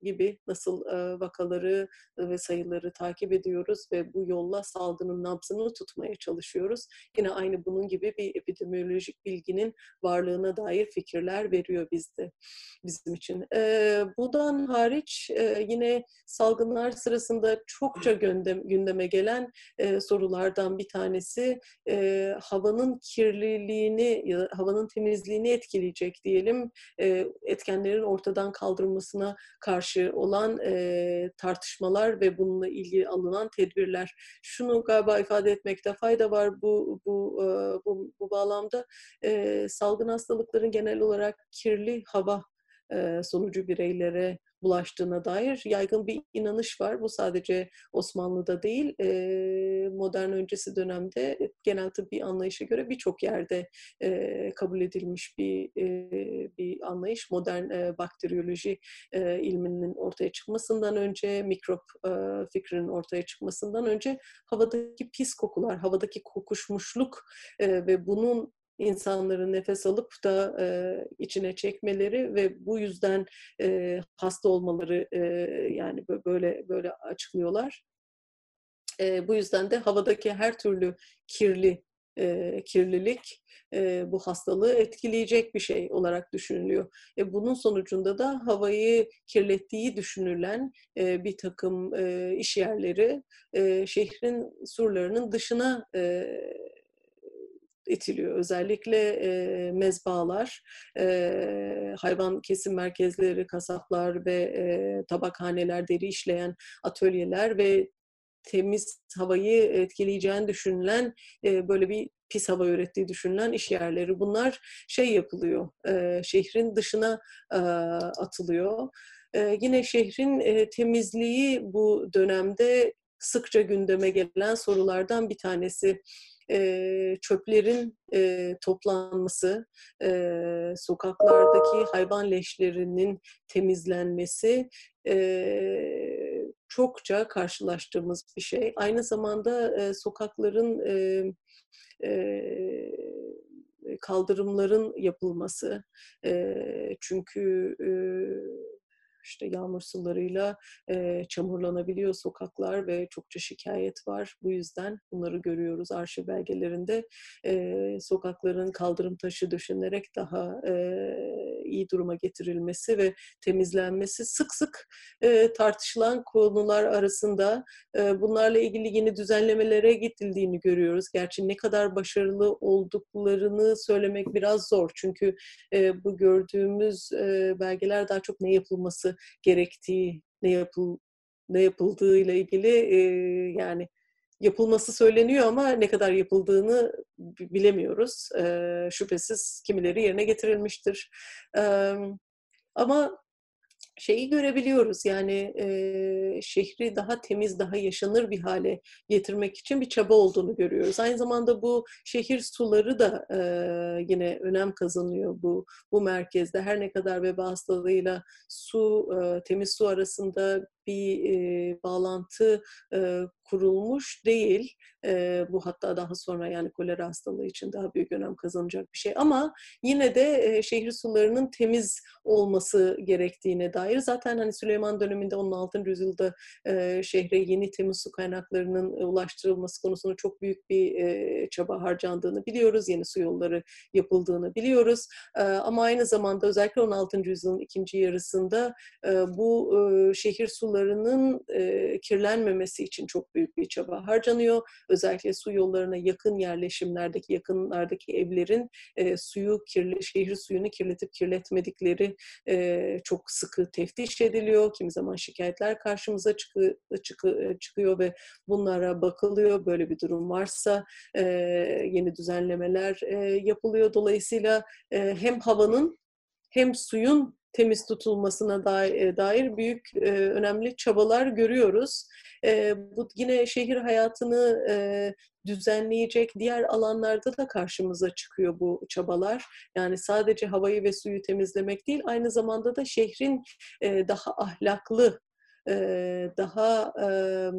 gibi nasıl e, vakaları ve sayıları takip ediyoruz ve bu yolla salgının nabzını tutmaya çalışıyoruz. Yine aynı bunun gibi bir epidemiolojik bilginin varlığına dair fikirler veriyor bizde, bizim için. E, bundan hariç e, yine salgınlar sırasında çokça gündem, gündeme gelen e, sorulardan bir tanesi e, havanın kirliliğini, ya havanın temizliğini etkileyecek diyelim e, etkenlerin ortadan kaldırılmasına karşı olan e, tartışmalar ve bununla ilgili alınan tedbirler. Şunu galiba ifade etmekte fayda var bu bu e, bu, bu bağlamda. E, salgın hastalıkların genel olarak kirli hava e, sonucu bireylere bulaştığına dair yaygın bir inanış var. Bu sadece Osmanlı'da değil, e, modern öncesi dönemde genel tıbbi anlayışa göre birçok yerde e, kabul edilmiş bir e, bir anlayış. Modern e, bakteriyoloji e, ilminin ortaya çıkmasından önce, mikrop e, fikrinin ortaya çıkmasından önce havadaki pis kokular, havadaki kokuşmuşluk e, ve bunun insanların nefes alıp da e, içine çekmeleri ve bu yüzden e, hasta olmaları e, yani böyle böyle açıklıyorlar. E, bu yüzden de havadaki her türlü kirli e, kirlilik e, bu hastalığı etkileyecek bir şey olarak düşünülüyor. E, bunun sonucunda da havayı kirlettiği düşünülen e, bir takım e, iş yerleri e, şehrin surlarının dışına e, itiliyor. Özellikle e, mezbalar, e, hayvan kesim merkezleri, kasaplar ve e, tabakhaneler, deri işleyen atölyeler ve temiz havayı etkileyeceğini düşünülen e, böyle bir pis hava ürettiği düşünülen iş yerleri. Bunlar şey yapılıyor, e, şehrin dışına e, atılıyor. E, yine şehrin e, temizliği bu dönemde sıkça gündeme gelen sorulardan bir tanesi. E, çöplerin e, toplanması, e, sokaklardaki hayvan leşlerinin temizlenmesi e, çokça karşılaştığımız bir şey. Aynı zamanda e, sokakların e, e, kaldırımların yapılması. E, çünkü e, işte yağmur sularıyla e, çamurlanabiliyor sokaklar ve çokça şikayet var. Bu yüzden bunları görüyoruz arşiv belgelerinde. E, sokakların kaldırım taşı döşenerek daha e, iyi duruma getirilmesi ve temizlenmesi sık sık e, tartışılan konular arasında. E, bunlarla ilgili yeni düzenlemelere gidildiğini görüyoruz. Gerçi ne kadar başarılı olduklarını söylemek biraz zor. Çünkü e, bu gördüğümüz e, belgeler daha çok ne yapılması gerektiği, ne yapıl ne yapıldığıyla ilgili e, yani yapılması söyleniyor ama ne kadar yapıldığını bilemiyoruz. E, şüphesiz kimileri yerine getirilmiştir. E, ama şeyi görebiliyoruz yani e, şehri daha temiz, daha yaşanır bir hale getirmek için bir çaba olduğunu görüyoruz. Aynı zamanda bu şehir suları da e, yine önem kazanıyor bu bu merkezde. Her ne kadar veba hastalığıyla su, e, temiz su arasında bir e, bağlantı e, kurulmuş değil. E, bu hatta daha sonra yani kolera hastalığı için daha büyük önem kazanacak bir şey. Ama yine de e, şehir sularının temiz olması gerektiğine dair. Zaten hani Süleyman döneminde on altıncı yüzyılda e, şehre yeni temiz su kaynaklarının e, ulaştırılması konusunda çok büyük bir e, çaba harcandığını biliyoruz. Yeni su yolları yapıldığını biliyoruz. E, ama aynı zamanda özellikle on altıncı yüzyılın ikinci yarısında e, bu e, şehir sularının e, kirlenmemesi için çok büyük bir çaba harcanıyor. Özellikle su yollarına yakın yerleşimlerdeki, yakınlardaki evlerin e, suyu kirli, şehir suyunu kirletip kirletmedikleri e, çok sıkı teftiş ediliyor. Kimi zaman şikayetler karşımıza çıkı, çıkı, çıkıyor ve bunlara bakılıyor. Böyle bir durum varsa e, yeni düzenlemeler e, yapılıyor. Dolayısıyla e, hem havanın hem suyun temiz tutulmasına dair büyük e, önemli çabalar görüyoruz. E, bu yine şehir hayatını e, düzenleyecek diğer alanlarda da karşımıza çıkıyor bu çabalar. Yani sadece havayı ve suyu temizlemek değil, aynı zamanda da şehrin e, daha ahlaklı, e, daha e,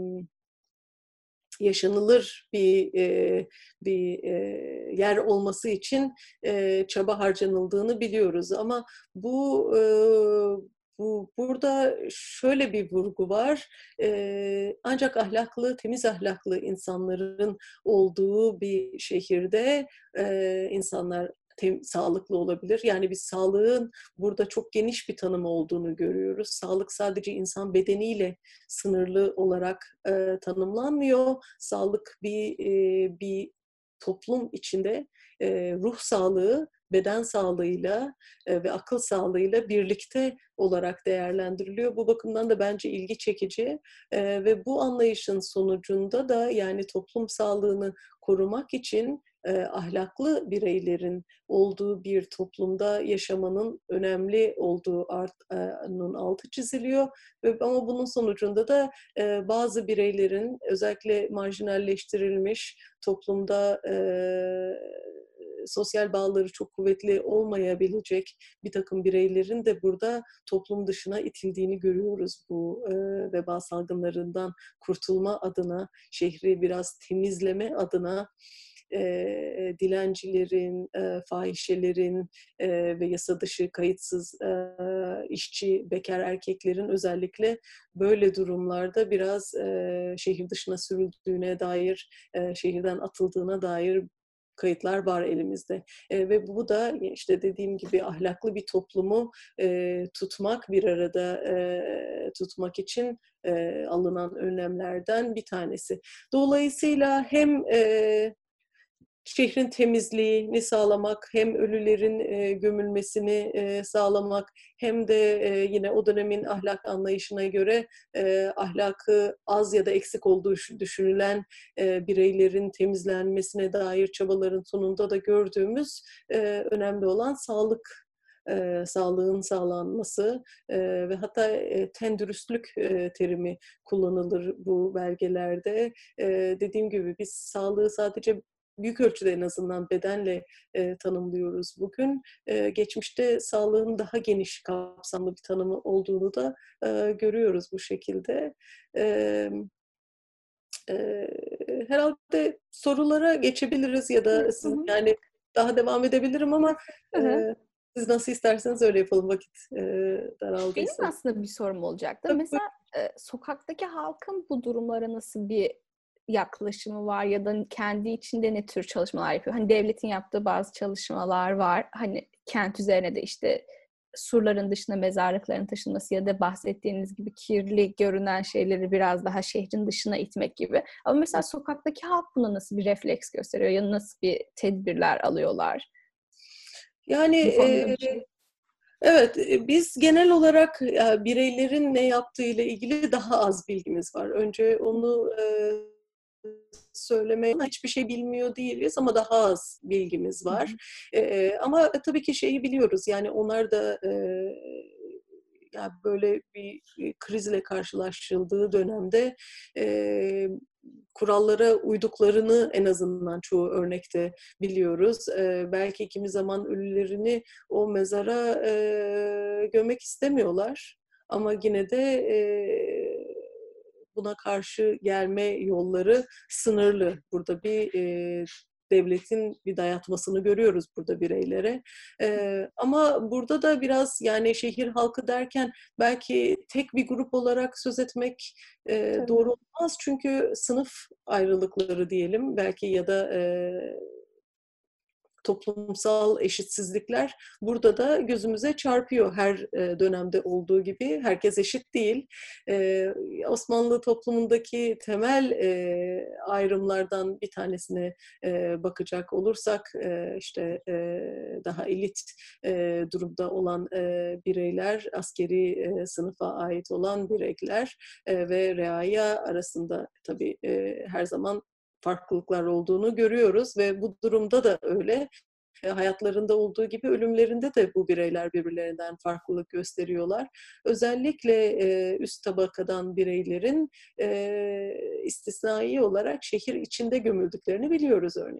yaşanılır bir e, bir e, yer olması için e, çaba harcanıldığını biliyoruz. Ama bu e, bu burada şöyle bir vurgu var. Eee, ancak ahlaklı, temiz ahlaklı insanların olduğu bir şehirde eee, insanlar tem sağlıklı olabilir. Yani biz sağlığın burada çok geniş bir tanımı olduğunu görüyoruz. Sağlık sadece insan bedeniyle sınırlı olarak eee, tanımlanmıyor. Sağlık bir eee, bir toplum içinde eee, ruh sağlığı, beden sağlığıyla e, ve akıl sağlığıyla birlikte olarak değerlendiriliyor. Bu bakımdan da bence ilgi çekici e, ve bu anlayışın sonucunda da yani toplum sağlığını korumak için e, ahlaklı bireylerin olduğu bir toplumda yaşamanın önemli olduğu artının altı çiziliyor ve ama bunun sonucunda da e, bazı bireylerin özellikle marjinalleştirilmiş toplumda e, sosyal bağları çok kuvvetli olmayabilecek bir takım bireylerin de burada toplum dışına itildiğini görüyoruz bu e, veba salgınlarından kurtulma adına, şehri biraz temizleme adına e, dilencilerin, e, fahişelerin e, ve yasa dışı kayıtsız e, işçi, bekar erkeklerin özellikle böyle durumlarda biraz e, şehir dışına sürüldüğüne dair, e, şehirden atıldığına dair kayıtlar var elimizde. E, ve bu da işte dediğim gibi ahlaklı bir toplumu e, tutmak, bir arada e, tutmak için e, alınan önlemlerden bir tanesi. Dolayısıyla hem e, şehrin temizliğini sağlamak, hem ölülerin e, gömülmesini e, sağlamak, hem de e, yine o dönemin ahlak anlayışına göre e, ahlakı az ya da eksik olduğu düşünülen e, bireylerin temizlenmesine dair çabaların sonunda da gördüğümüz e, önemli olan sağlık. E, sağlığın sağlanması e, ve hatta e, tendürüstlük e, terimi kullanılır bu belgelerde. E, dediğim gibi biz sağlığı sadece büyük ölçüde en azından bedenle e, tanımlıyoruz bugün. E, geçmişte sağlığın daha geniş kapsamlı bir tanımı olduğunu da e, görüyoruz bu şekilde. E, e, herhalde sorulara geçebiliriz ya da siz yani daha devam edebilirim ama e, siz nasıl isterseniz öyle yapalım vakit e, Benim daraldıysa. aslında bir sorum olacaktı. Tabii, Mesela e, sokaktaki halkın bu durumlara nasıl bir yaklaşımı var ya da kendi içinde ne tür çalışmalar yapıyor? Hani devletin yaptığı bazı çalışmalar var. Hani kent üzerine de işte surların dışına mezarlıkların taşınması ya da bahsettiğiniz gibi kirli görünen şeyleri biraz daha şehrin dışına itmek gibi. Ama mesela sokaktaki halk buna nasıl bir refleks gösteriyor ya nasıl bir tedbirler alıyorlar? yani Bu konuda e, bir şey. evet, biz genel olarak bireylerin ne yaptığı ile ilgili daha az bilgimiz var. Önce onu e, söylemeye hiçbir şey bilmiyor değiliz ama daha az bilgimiz Hı var. hı. E, ama tabii ki şeyi biliyoruz yani onlar da e, yani böyle bir krizle karşılaşıldığı dönemde e, kurallara uyduklarını en azından çoğu örnekte biliyoruz. E, belki kimi zaman ölülerini o mezara e, gömmek istemiyorlar ama yine de e, buna karşı gelme yolları sınırlı. Burada bir e, devletin bir dayatmasını görüyoruz burada bireylere. Ee, ama burada da biraz yani şehir halkı derken belki tek bir grup olarak söz etmek e, Tabii. doğru olmaz. Çünkü sınıf ayrılıkları diyelim belki ya da e, toplumsal eşitsizlikler burada da gözümüze çarpıyor her dönemde olduğu gibi. Herkes eşit değil. Ee, Osmanlı toplumundaki temel e, ayrımlardan bir tanesine e, bakacak olursak e, işte e, daha elit e, durumda olan e, bireyler, askeri e, sınıfa ait olan bireyler e, ve reaya arasında tabii e, her zaman farklılıklar olduğunu görüyoruz ve bu durumda da öyle. Hayatlarında olduğu gibi ölümlerinde de bu bireyler birbirlerinden farklılık gösteriyorlar. Özellikle e, üst tabakadan bireylerin e, istisnai olarak şehir içinde gömüldüklerini biliyoruz örneğin.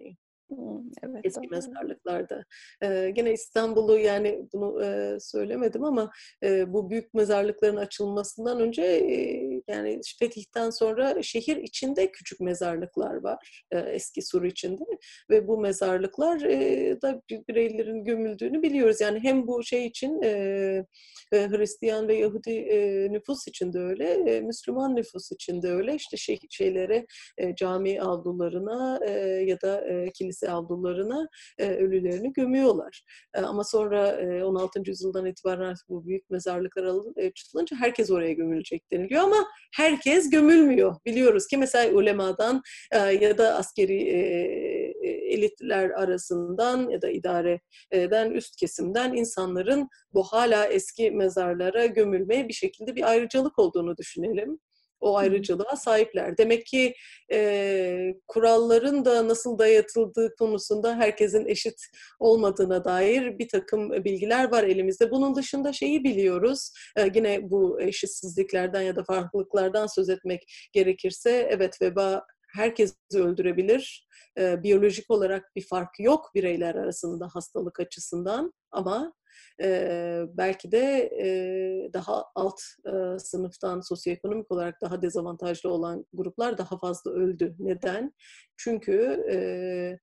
Hımm, evet, Eski doğru. mezarlıklarda. Eee, gene İstanbul'u, yani, bunu, eee, söylemedim ama, eee, bu büyük mezarlıkların açılmasından önce, eee, yani, fetihten sonra şehir içinde küçük mezarlıklar var, eee, eski sur içinde ve bu mezarlıklar, eee, da bireylerin gömüldüğünü biliyoruz. Yani, hem bu şey için, eee, eee, Hristiyan ve Yahudi, eee, nüfus için de öyle, eee, Müslüman nüfus için de öyle. İşte, şey şeylere, eee, cami avlularına, eee, ya da, eee, kilise avlularına eee, ölülerini gömüyorlar. Eee, ama sonra, eee, on altıncı yüzyıldan itibaren artık bu büyük mezarlıklar alın eee, açılınca herkes oraya gömülecek deniliyor ama herkes gömülmüyor. Biliyoruz ki mesela ulemadan, eee, ya da askeri, eee, elitler arasından ya da idareden, üst kesimden insanların bu hâlâ eski mezarlara gömülmeye bir şekilde bir ayrıcalık olduğunu düşünelim. O Hı hı. ayrıcalığa sahipler. Demek ki, eee, kuralların da nasıl dayatıldığı konusunda herkesin eşit olmadığına dair birtakım bilgiler var elimizde. Bunun dışında şeyi biliyoruz, eee, yine bu eşitsizliklerden ya da farklılıklardan söz etmek gerekirse, evet, veba herkesi öldürebilir. Eee, biyolojik olarak bir fark yok bireyler arasında hastalık açısından ama, eee, belki de, eee, daha alt, eee, sınıftan sosyoekonomik olarak daha dezavantajlı olan gruplar daha fazla öldü. Neden? Çünkü, eee,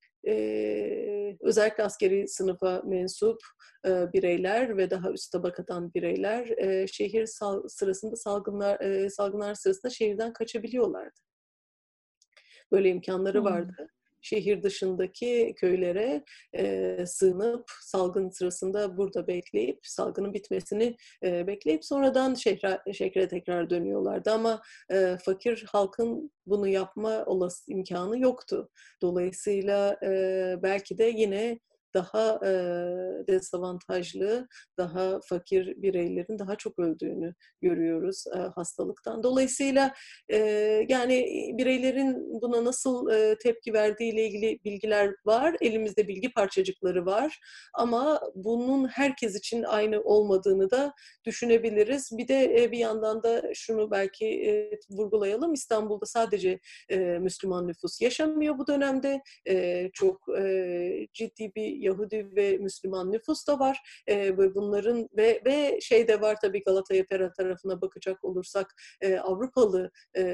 eee, özellikle askeri sınıfa mensup, eee, bireyler ve daha üst tabakadan bireyler, eee, şehir sal sırasında salgınlar eee, salgınlar sırasında şehirden kaçabiliyorlardı. Böyle imkânları Hımm. vardı. Şehir dışındaki köylere, eee, sığınıp salgın sırasında burada bekleyip, salgının bitmesini, eee, bekleyip sonradan şehre şehre tekrar dönüyorlardı ama, eee, fakir halkın bunu yapma olası imkânı yoktu. Dolayısıyla, eee, belki de yine daha, eee, dezavantajlı, daha fakir bireylerin daha çok öldüğünü görüyoruz, eee, hastalıktan. Dolayısıyla, eee, yani, bireylerin buna nasıl, eee, tepki verdiğiyle ilgili bilgiler var. Elimizde bilgi parçacıkları var ama bunun herkes için aynı olmadığını da düşünebiliriz. Bir de, eee, bir yandan da şunu belki, eee, vurgulayalım. İstanbul'da sadece, eee, Müslüman nüfus yaşamıyor bu dönemde. Eee, çok, eee, ciddi bir Yahudi ve Müslüman nüfus da var. Eee, ve bunların ve ve şey de var tabii Galata Pera tarafına bakacak olursak, eee, Avrupalı,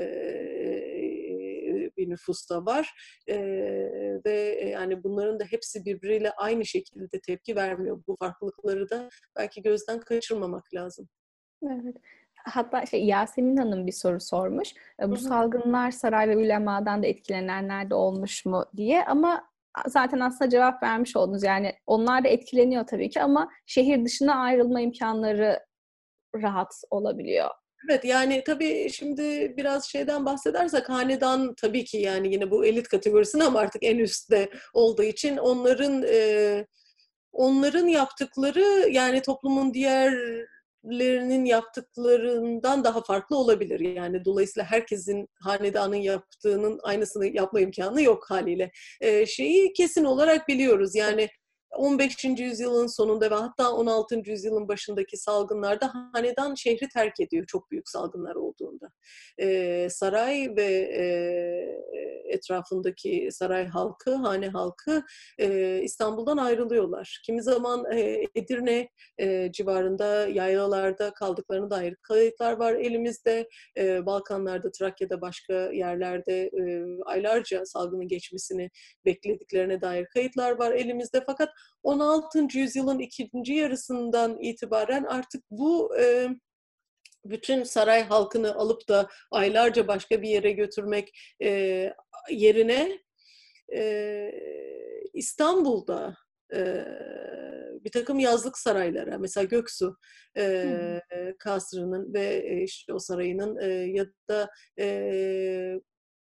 eee, bir nüfus da var. Eee, ve, yani, bunların da hepsi birbiriyle aynı şekilde tepki vermiyor. Bu farklılıkları da belki gözden kaçırmamak lazım. Evet. Hatta şey, Yasemin Hanım bir soru sormuş. Eee, Hı bu hı. salgınlar saray ve ulemadan da etkilenenler de olmuş mu diye ama a zaten aslında cevap vermiş oldunuz. Yani onlar da etkileniyor tabii ki ama şehir dışına ayrılma imkânları rahat olabiliyor. Evet, yani, tabii şimdi biraz şeyden bahsedersek hanedan tabii ki, yani, yine bu elit kategorisinde ama artık en üstte olduğu için onların, eee, onların yaptıkları, yani, toplumun diğerlerinin yaptıklarından daha farklı olabilir. Yani, dolayısıyla herkesin hanedanın yaptığının aynısını yapma imkânı yok hâliyle. Eee, şeyi kesin olarak biliyoruz, yani, on beşinci yüzyılın sonunda ve hatta on altıncı yüzyılın başındaki salgınlarda hanedan şehri terk ediyor çok büyük salgınlar olduğunda. Eee, saray ve, eee, etrafındaki saray halkı, hane halkı, eee, İstanbul'dan ayrılıyorlar. Kimi zaman, eee, Edirne, eee, civarında, yaylalarda kaldıklarına dair kayıtlar var elimizde. Eee, Balkanlar'da, Trakya'da, başka yerlerde, eee, aylarca salgının geçmesini beklediklerine dair kayıtlar var elimizde. Fakat on altıncı yüzyılın ikinci yarısından itibaren artık bu, eee, bütün saray halkını alıp da aylarca başka bir yere götürmek, eee, yerine, eee, İstanbul'da, eee, birtakım yazlık saraylara, mesela Göksu, Hı hı. eee, kasrının ve, eee, işte, o sarayının, eee, ya da, eee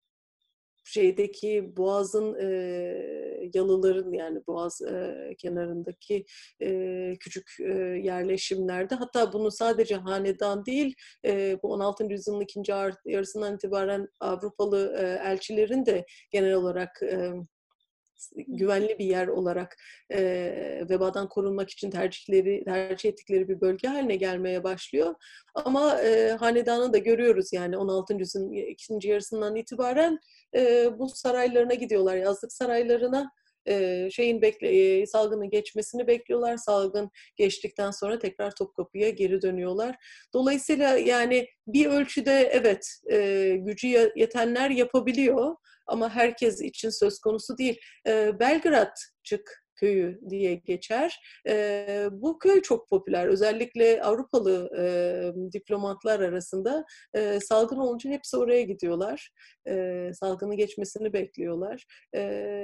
şeydeki Boğaz'ın, eee, yalıların, yani, Boğaz, eee, kenarındaki, eee, küçük, eee, yerleşimlerde hatta bunu sadece hanedan değil, eee, bu on altıncı yüzyılın ikinci ar yarısından itibaren Avrupalı, eee, elçilerin de genel olarak, emm güvenli bir yer olarak e, vebadan korunmak için tercihleri tercih ettikleri bir bölge haline gelmeye başlıyor. Ama e, hanedanı da görüyoruz yani on altıncı yüzyılın ikinci yarısından itibaren e, bu saraylarına gidiyorlar, yazlık saraylarına. E, şeyin bekle, e, salgının geçmesini bekliyorlar. Salgın geçtikten sonra tekrar Topkapı'ya geri dönüyorlar. Dolayısıyla yani bir ölçüde evet e, gücü yetenler yapabiliyor ama herkes için söz konusu değil. E, Belgradçık köyü diye geçer. E, bu köy çok popüler. Özellikle Avrupalı e, diplomatlar arasında e, salgın olunca hepsi oraya gidiyorlar. E, salgını geçmesini bekliyorlar. E,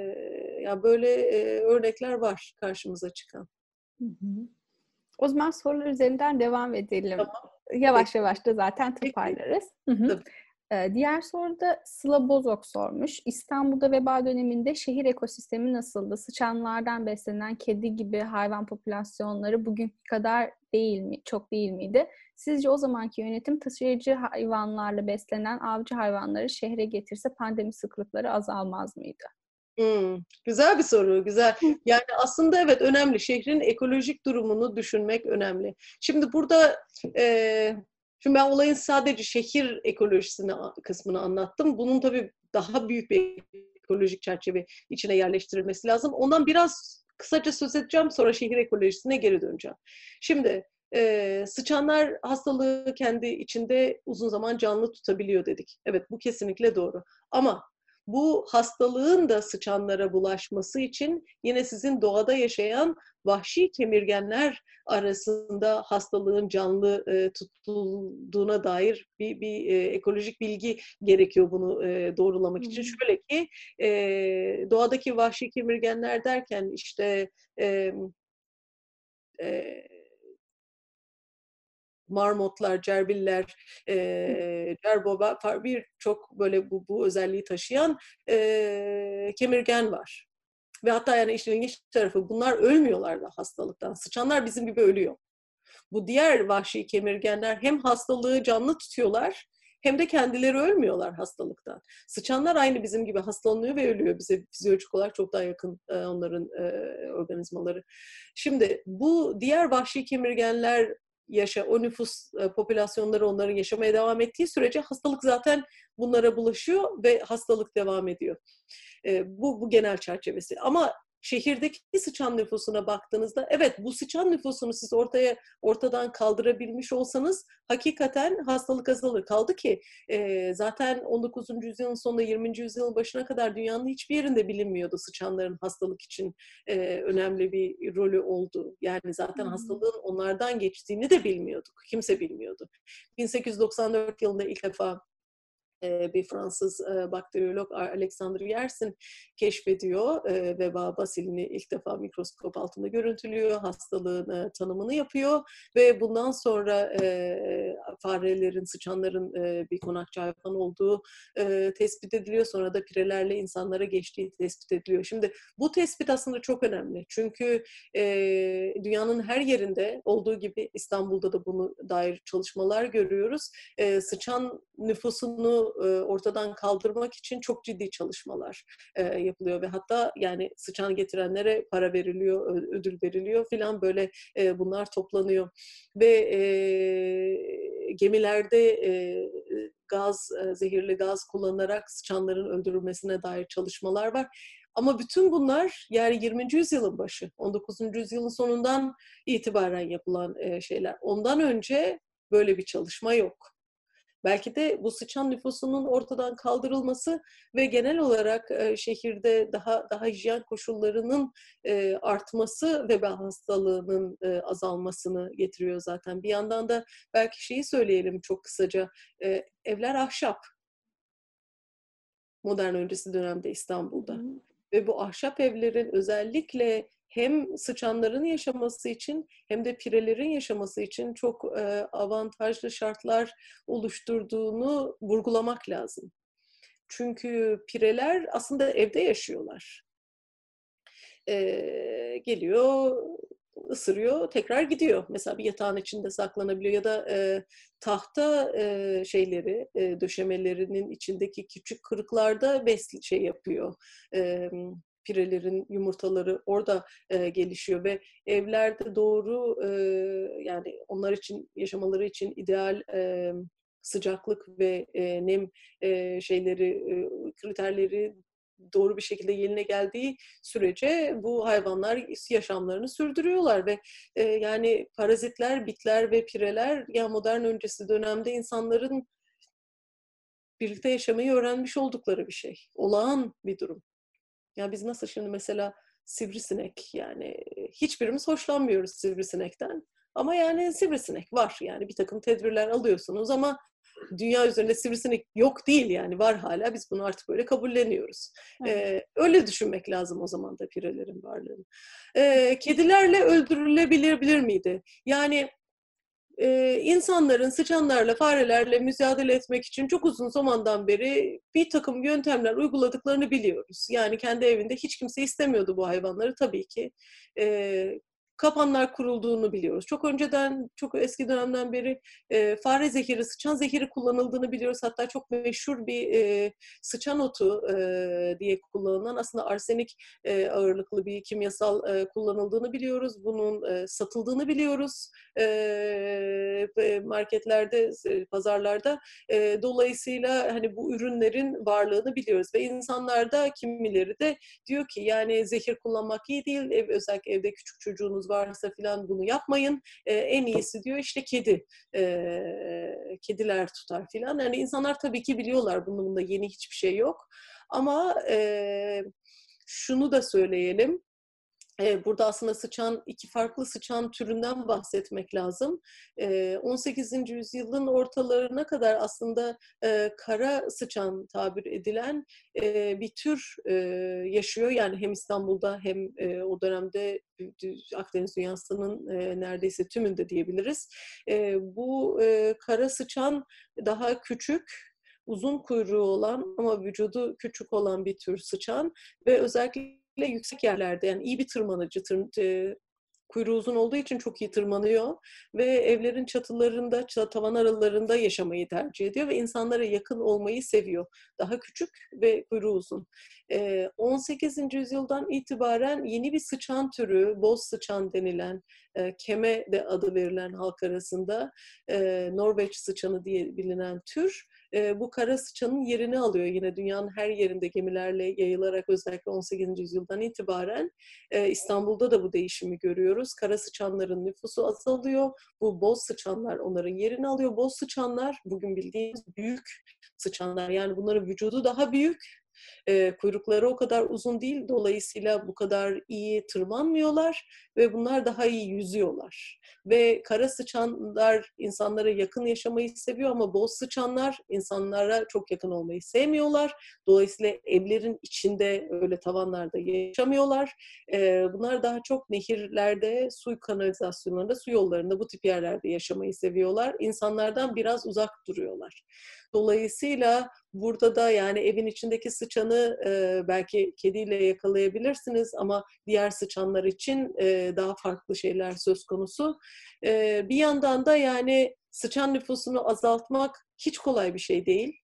ya böyle e, örnekler var karşımıza çıkan. Hı hı. O zaman sorular üzerinden devam edelim. Tamam. Yavaş Peki. yavaş da zaten Peki. toparlarız. Hı hı. Tabii. Ee, diğer soruda Sıla Bozok sormuş. İstanbul'da veba döneminde şehir ekosistemi nasıldı? Sıçanlardan beslenen kedi gibi hayvan popülasyonları bugünkü kadar değil mi? Çok değil miydi? Sizce o zamanki yönetim taşıyıcı hayvanlarla beslenen avcı hayvanları şehre getirse pandemi sıklıkları azalmaz mıydı? Hmm, güzel bir soru, güzel. Yani aslında evet önemli. Şehrin ekolojik durumunu düşünmek önemli. Şimdi burada, e, şimdi ben olayın sadece şehir ekolojisini kısmını anlattım. Bunun tabii daha büyük bir ekolojik çerçeve içine yerleştirilmesi lazım. Ondan biraz kısaca söz edeceğim, sonra şehir ekolojisine geri döneceğim. Şimdi e, sıçanlar hastalığı kendi içinde uzun zaman canlı tutabiliyor dedik. Evet, bu kesinlikle doğru. Ama bu hastalığın da sıçanlara bulaşması için yine sizin doğada yaşayan vahşi kemirgenler arasında hastalığın canlı e, tutulduğuna dair bir, bir e, ekolojik bilgi gerekiyor bunu e, doğrulamak için. Hmm. Şöyle ki e, doğadaki vahşi kemirgenler derken işte e, e, marmotlar, cerbiller, e, cerboba, birçok böyle bu, bu özelliği taşıyan e, kemirgen var. Ve hatta yani işin ilginç tarafı bunlar ölmüyorlar da hastalıktan. Sıçanlar bizim gibi ölüyor. Bu diğer vahşi kemirgenler hem hastalığı canlı tutuyorlar hem de kendileri ölmüyorlar hastalıktan. Sıçanlar aynı bizim gibi hastalanıyor ve ölüyor. Bize fizyolojik olarak çok daha yakın e, onların e, organizmaları. Şimdi bu diğer vahşi kemirgenler yaşa, o nüfus e, popülasyonları onların yaşamaya devam ettiği sürece hastalık zaten bunlara bulaşıyor ve hastalık devam ediyor. E, bu, bu genel çerçevesi. Ama şehirdeki sıçan nüfusuna baktığınızda evet bu sıçan nüfusunu siz ortaya ortadan kaldırabilmiş olsanız hakikaten hastalık azalır. Kaldı ki e, zaten on dokuzuncu yüzyılın sonunda yirminci yüzyılın başına kadar dünyanın hiçbir yerinde bilinmiyordu sıçanların hastalık için e, önemli bir rolü olduğu. Yani zaten hastalığın onlardan geçtiğini de bilmiyorduk. Kimse bilmiyordu. bin sekiz yüz doksan dört yılında ilk defa bir Fransız bakteriyolog Alexander Yersin keşfediyor. Veba basilini ilk defa mikroskop altında görüntülüyor. Hastalığın tanımını yapıyor ve bundan sonra farelerin, sıçanların bir konakçı hayvan olduğu tespit ediliyor. Sonra da pirelerle insanlara geçtiği tespit ediliyor. Şimdi bu tespit aslında çok önemli. Çünkü dünyanın her yerinde olduğu gibi İstanbul'da da bunu dair çalışmalar görüyoruz. Sıçan nüfusunu ortadan kaldırmak için çok ciddi çalışmalar yapılıyor ve hatta yani sıçan getirenlere para veriliyor, ödül veriliyor filan böyle bunlar toplanıyor ve gemilerde gaz, zehirli gaz kullanarak sıçanların öldürülmesine dair çalışmalar var. Ama bütün bunlar yani yirminci yüzyılın başı, on dokuzuncu yüzyılın sonundan itibaren yapılan şeyler. Ondan önce böyle bir çalışma yok. Belki de bu sıçan nüfusunun ortadan kaldırılması ve genel olarak e, şehirde daha daha hijyen koşullarının e, artması veba hastalığının e, azalmasını getiriyor zaten. Bir yandan da belki şeyi söyleyelim çok kısaca. E, evler ahşap. Modern öncesi dönemde İstanbul'da. Ve bu ahşap evlerin özellikle hem sıçanların yaşaması için hem de pirelerin yaşaması için çok e, avantajlı şartlar oluşturduğunu vurgulamak lazım. Çünkü pireler aslında evde yaşıyorlar. E, geliyor, ısırıyor, tekrar gidiyor. Mesela bir yatağın içinde saklanabiliyor ya da e, tahta e, şeyleri, e, döşemelerinin içindeki küçük kırıklarda bes şey yapıyor. E, pirelerin yumurtaları orada e, gelişiyor ve evlerde doğru e, yani onlar için yaşamaları için ideal e, sıcaklık ve e, nem e, şeyleri e, kriterleri doğru bir şekilde yerine geldiği sürece bu hayvanlar yaşamlarını sürdürüyorlar ve e, yani parazitler, bitler ve pireler ya modern öncesi dönemde insanların birlikte yaşamayı öğrenmiş oldukları bir şey. Olağan bir durum. Ya biz nasıl şimdi mesela sivrisinek yani hiçbirimiz hoşlanmıyoruz sivrisinekten. Ama yani sivrisinek var yani bir takım tedbirler alıyorsunuz ama dünya üzerinde sivrisinek yok değil yani var hala biz bunu artık böyle kabulleniyoruz. Evet. Ee, öyle düşünmek lazım o zaman da pirelerin varlığını. Ee, kedilerle öldürülebilir bilir miydi? Yani Ee, insanların sıçanlarla, farelerle mücadele etmek için çok uzun zamandan beri bir takım yöntemler uyguladıklarını biliyoruz. Yani kendi evinde hiç kimse istemiyordu bu hayvanları tabii ki. Ee, kapanlar kurulduğunu biliyoruz. Çok önceden, çok eski dönemden beri e, fare zehiri, sıçan zehiri kullanıldığını biliyoruz. Hatta çok meşhur bir e, sıçan otu e, diye kullanılan aslında arsenik e, ağırlıklı bir kimyasal e, kullanıldığını biliyoruz. Bunun e, satıldığını biliyoruz. E, marketlerde, pazarlarda. E, dolayısıyla hani bu ürünlerin varlığını biliyoruz ve insanlarda kimileri de diyor ki yani zehir kullanmak iyi değil. Ev, özellikle evde küçük çocuğunuz varsa filan bunu yapmayın. E, en iyisi diyor işte kedi. E, kediler tutar filan. Yani insanlar tabii ki biliyorlar bunun bunda yeni hiçbir şey yok. Ama e, şunu da söyleyelim. Burada aslında sıçan, iki farklı sıçan türünden bahsetmek lazım. on sekizinci yüzyılın ortalarına kadar aslında kara sıçan tabir edilen bir tür yaşıyor. Yani hem İstanbul'da hem o dönemde Akdeniz dünyasının neredeyse tümünde diyebiliriz. Bu kara sıçan daha küçük, uzun kuyruğu olan ama vücudu küçük olan bir tür sıçan ve özellikle yüksek yerlerde yani iyi bir tırmanıcı, tır, e, kuyruğu uzun olduğu için çok iyi tırmanıyor ve evlerin çatılarında, tavan aralarında yaşamayı tercih ediyor ve insanlara yakın olmayı seviyor. Daha küçük ve kuyruğu uzun. E, on sekizinci yüzyıldan itibaren yeni bir sıçan türü, boz sıçan denilen, e, keme de adı verilen halk arasında e, Norveç sıçanı diye bilinen tür, e, bu kara sıçanın yerini alıyor. Yine dünyanın her yerinde gemilerle yayılarak özellikle on sekizinci yüzyıldan itibaren e, İstanbul'da da bu değişimi görüyoruz. Kara sıçanların nüfusu azalıyor. Bu boz sıçanlar onların yerini alıyor. Boz sıçanlar bugün bildiğimiz büyük sıçanlar. Yani bunların vücudu daha büyük. E, kuyrukları o kadar uzun değil. Dolayısıyla bu kadar iyi tırmanmıyorlar ve bunlar daha iyi yüzüyorlar. Ve kara sıçanlar insanlara yakın yaşamayı seviyor ama boz sıçanlar insanlara çok yakın olmayı sevmiyorlar. Dolayısıyla evlerin içinde öyle tavanlarda yaşamıyorlar. E, bunlar daha çok nehirlerde, su kanalizasyonlarında, su yollarında bu tip yerlerde yaşamayı seviyorlar. İnsanlardan biraz uzak duruyorlar. Dolayısıyla burada da yani evin içindeki sıçanı e, belki kediyle yakalayabilirsiniz ama diğer sıçanlar için e, daha farklı şeyler söz konusu. E, bir yandan da yani sıçan nüfusunu azaltmak hiç kolay bir şey değil.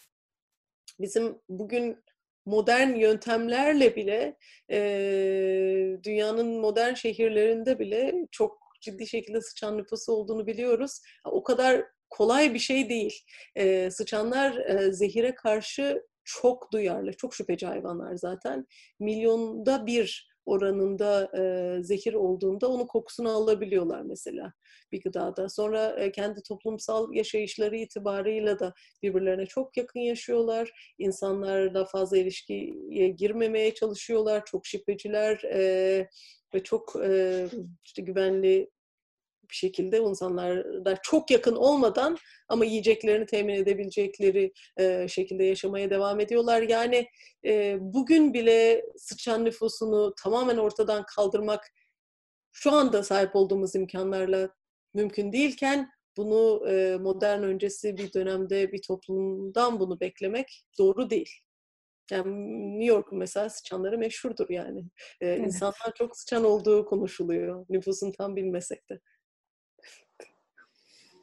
Bizim bugün modern yöntemlerle bile e, dünyanın modern şehirlerinde bile çok ciddi şekilde sıçan nüfusu olduğunu biliyoruz. O kadar kolay bir şey değil. E, sıçanlar e, zehire karşı çok duyarlı, çok şüpheci hayvanlar zaten. Milyonda bir oranında e, zehir olduğunda onun kokusunu alabiliyorlar mesela bir gıdada. Sonra e, kendi toplumsal yaşayışları itibarıyla da birbirlerine çok yakın yaşıyorlar. İnsanlarla fazla ilişkiye girmemeye çalışıyorlar. Çok şüpheciler e, ve çok e, işte güvenli bir şekilde insanlarla çok yakın olmadan ama yiyeceklerini temin edebilecekleri e, şekilde yaşamaya devam ediyorlar. Yani e, bugün bile sıçan nüfusunu tamamen ortadan kaldırmak şu anda sahip olduğumuz imkanlarla mümkün değilken bunu e, modern öncesi bir dönemde bir toplumdan bunu beklemek doğru değil. Yani New York'un mesela sıçanları meşhurdur yani. E, evet. İnsanlar çok sıçan olduğu konuşuluyor. Nüfusun tam bilmesek de.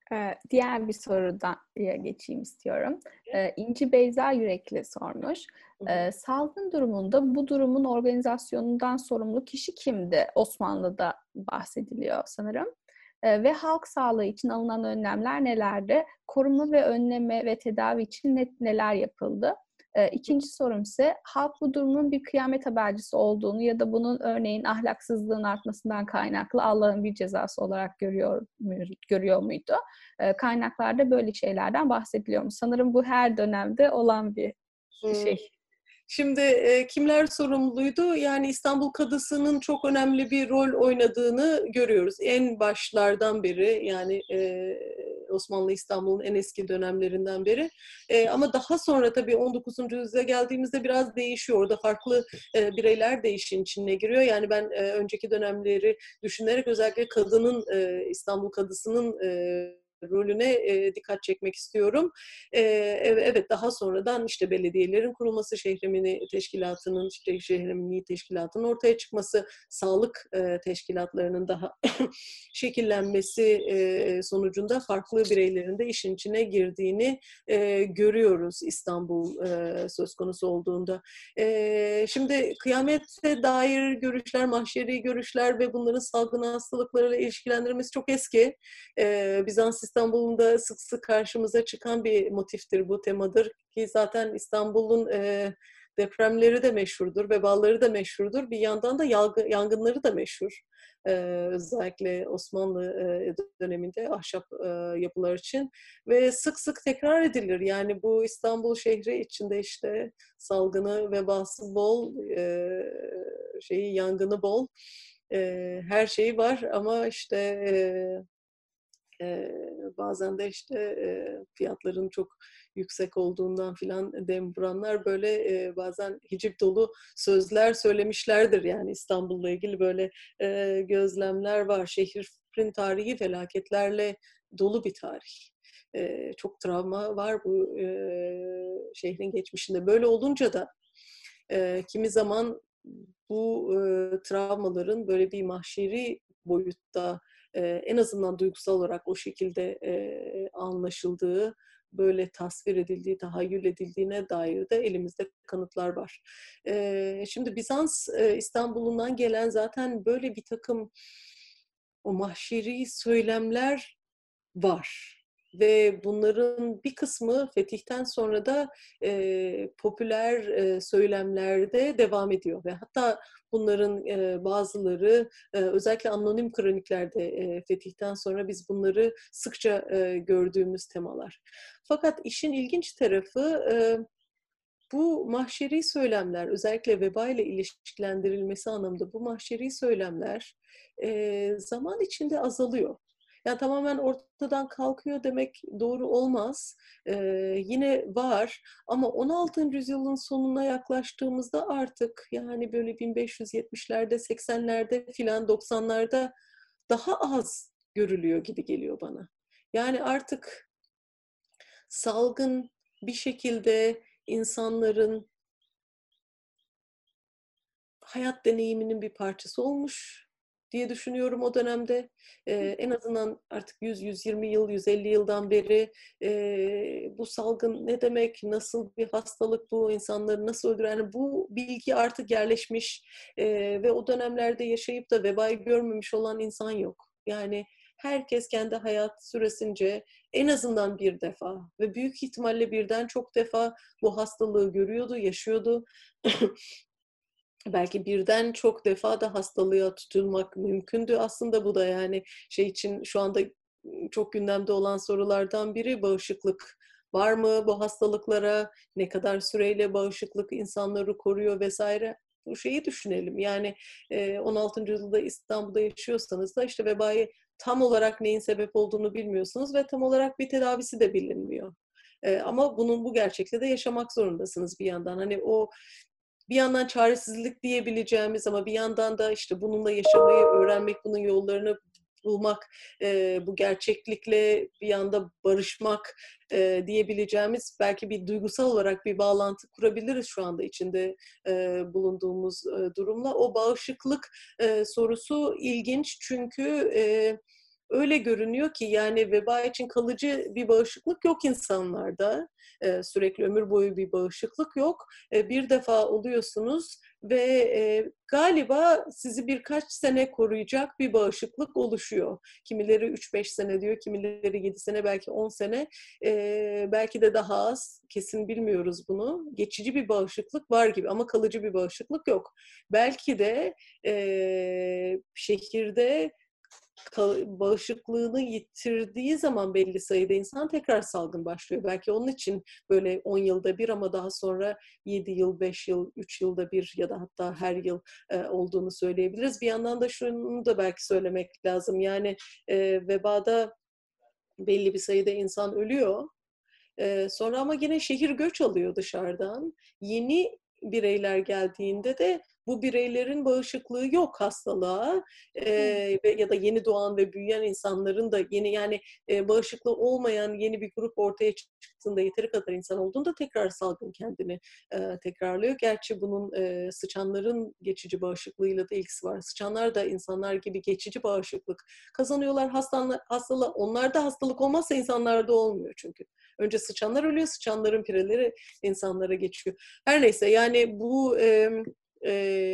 Ee, diğer bir sorudan geçeyim istiyorum. Ee, İnci Beyza Yürekli sormuş. Hı hı. Ee, salgın durumunda bu durumun organizasyonundan sorumlu kişi kimdi? Osmanlı'da bahsediliyor sanırım. Ee, ve halk sağlığı için alınan önlemler nelerdi? Koruma ve önleme ve tedavi için ne, neler yapıldı? Ee, ikinci sorum ise halk bu durumun bir kıyamet habercisi olduğunu ya da bunun örneğin ahlaksızlığın artmasından kaynaklı Allah'ın bir cezası olarak görüyor, görüyor muydu? Ee, kaynaklarda böyle şeylerden bahsediliyor mu? Sanırım bu her dönemde olan bir Hmm. şey. Şimdi e, kimler sorumluydu? Yani İstanbul Kadısı'nın çok önemli bir rol oynadığını görüyoruz. En başlardan beri, yani e, Osmanlı İstanbul'un en eski dönemlerinden beri. E, ama daha sonra tabii on dokuzuncu yüzyıla geldiğimizde biraz değişiyor. Orada farklı e, bireyler de işin içine giriyor. Yani ben e, önceki dönemleri düşünerek özellikle kadının, e, İstanbul Kadısı'nın e, rolüne e, dikkat çekmek istiyorum. E, evet, daha sonradan işte belediyelerin kurulması, şehremini teşkilatının, işte şehremini teşkilatının ortaya çıkması, sağlık e, teşkilatlarının daha şekillenmesi e, sonucunda farklı bireylerin de işin içine girdiğini e, görüyoruz İstanbul e, söz konusu olduğunda. E, şimdi kıyamete dair görüşler, mahşeri görüşler ve bunların salgın hastalıklarıyla ilişkilendirilmesi çok eski. E, Bizans İstanbul'un da sık sık karşımıza çıkan bir motiftir, bu temadır ki zaten İstanbul'un e, depremleri de meşhurdur, vebaları da meşhurdur. Bir yandan da yangınları da meşhur. Ee, özellikle Osmanlı e, döneminde ahşap e, yapılar için ve sık sık tekrar edilir. Yani bu İstanbul şehri içinde işte salgını, vebası bol, e, şeyi yangını bol, e, her şeyi var ama işte e, Ee, bazen de işte e, fiyatların çok yüksek olduğundan filan dem vuranlar böyle e, bazen hicip dolu sözler söylemişlerdir. Yani İstanbul'la ilgili böyle e, gözlemler var. Şehrin tarihi felaketlerle dolu bir tarih. E, çok travma var bu e, şehrin geçmişinde. Böyle olunca da e, kimi zaman bu e, travmaların böyle bir mahşeri boyutta e, en azından duygusal olarak o şekilde e, anlaşıldığı, böyle tasvir edildiği, tahayyül edildiğine dair de elimizde kanıtlar var. E, şimdi Bizans e, İstanbul'undan gelen zaten böyle bir takım o mahşeri söylemler var. Ve bunların bir kısmı fetihten sonra da e, popüler e, söylemlerde devam ediyor. Ve hatta bunların e, bazıları e, özellikle anonim kroniklerde e, fetihten sonra biz bunları sıkça e, gördüğümüz temalar. Fakat işin ilginç tarafı e, bu mahşeri söylemler, özellikle veba ile ilişkilendirilmesi anlamında bu mahşeri söylemler e, zaman içinde azalıyor. Yani tamamen ortadan kalkıyor demek doğru olmaz. Ee, yine var ama on altıncı yüzyılın sonuna yaklaştığımızda artık yani böyle bin beş yüz yetmişlerde, seksenlerde filan doksanlarda daha az görülüyor gibi geliyor bana. Yani artık salgın bir şekilde insanların hayat deneyiminin bir parçası olmuş diye düşünüyorum o dönemde. Ee, en azından artık yüz yüz yirmi yıl, yüz elli yıldan beri e, bu salgın ne demek, nasıl bir hastalık bu, insanları nasıl öldürür, yani bu bilgi artık yerleşmiş e, ve o dönemlerde yaşayıp da vebayı görmemiş olan insan yok. Yani herkes kendi hayat süresince en azından bir defa ve büyük ihtimalle birden çok defa bu hastalığı görüyordu, yaşıyordu. Belki birden çok defa da hastalığa tutulmak mümkündü. Aslında bu da yani şey için şu anda çok gündemde olan sorulardan biri bağışıklık. Var mı bu hastalıklara? Ne kadar süreyle bağışıklık insanları koruyor vesaire? Bu şeyi düşünelim. Yani on altıncı yüzyılda İstanbul'da yaşıyorsanız da işte vebayı tam olarak neyin sebep olduğunu bilmiyorsunuz ve tam olarak bir tedavisi de bilinmiyor. Ama bunun bu gerçekle de yaşamak zorundasınız bir yandan. Hani o bir yandan çaresizlik diyebileceğimiz ama bir yandan da işte bununla yaşamayı öğrenmek, bunun yollarını bulmak, e, bu gerçeklikle bir yanda barışmak e, diyebileceğimiz belki bir duygusal olarak bir bağlantı kurabiliriz şu anda içinde e, bulunduğumuz e, durumla. O bağışıklık e, sorusu ilginç çünkü e, öyle görünüyor ki yani veba için kalıcı bir bağışıklık yok insanlarda. E, sürekli ömür boyu bir bağışıklık yok. E, bir defa oluyorsunuz ve e, galiba sizi birkaç sene koruyacak bir bağışıklık oluşuyor. Kimileri üç beş sene diyor, kimileri yedi sene, belki on sene, e, belki de daha az. Kesin bilmiyoruz bunu. Geçici bir bağışıklık var gibi ama kalıcı bir bağışıklık yok. Belki de e, şehirde bağışıklığını yitirdiği zaman belli sayıda insan tekrar salgın başlıyor. Belki onun için böyle on yılda bir ama daha sonra yedi yıl, beş yıl, üç yılda bir ya da hatta her yıl e, olduğunu söyleyebiliriz. Bir yandan da şunu da belki söylemek lazım. Yani e, vebada belli bir sayıda insan ölüyor. E, sonra ama yine şehir göç alıyor dışarıdan. Yeni bireyler geldiğinde de bu bireylerin bağışıklığı yok hastalığa e, ya da yeni doğan ve büyüyen insanların da yeni yani e, bağışıklığı olmayan yeni bir grup ortaya çıktığında yeteri kadar insan olduğunda tekrar salgın kendini e, tekrarlıyor. Gerçi bunun e, sıçanların geçici bağışıklığıyla da ilgisi var. Sıçanlar da insanlar gibi geçici bağışıklık kazanıyorlar. Hastalığı, hastalığı onlarda hastalık olmazsa insanlarda olmuyor çünkü. Önce sıçanlar ölüyor, sıçanların pireleri insanlara geçiyor. Her neyse yani bu e, e,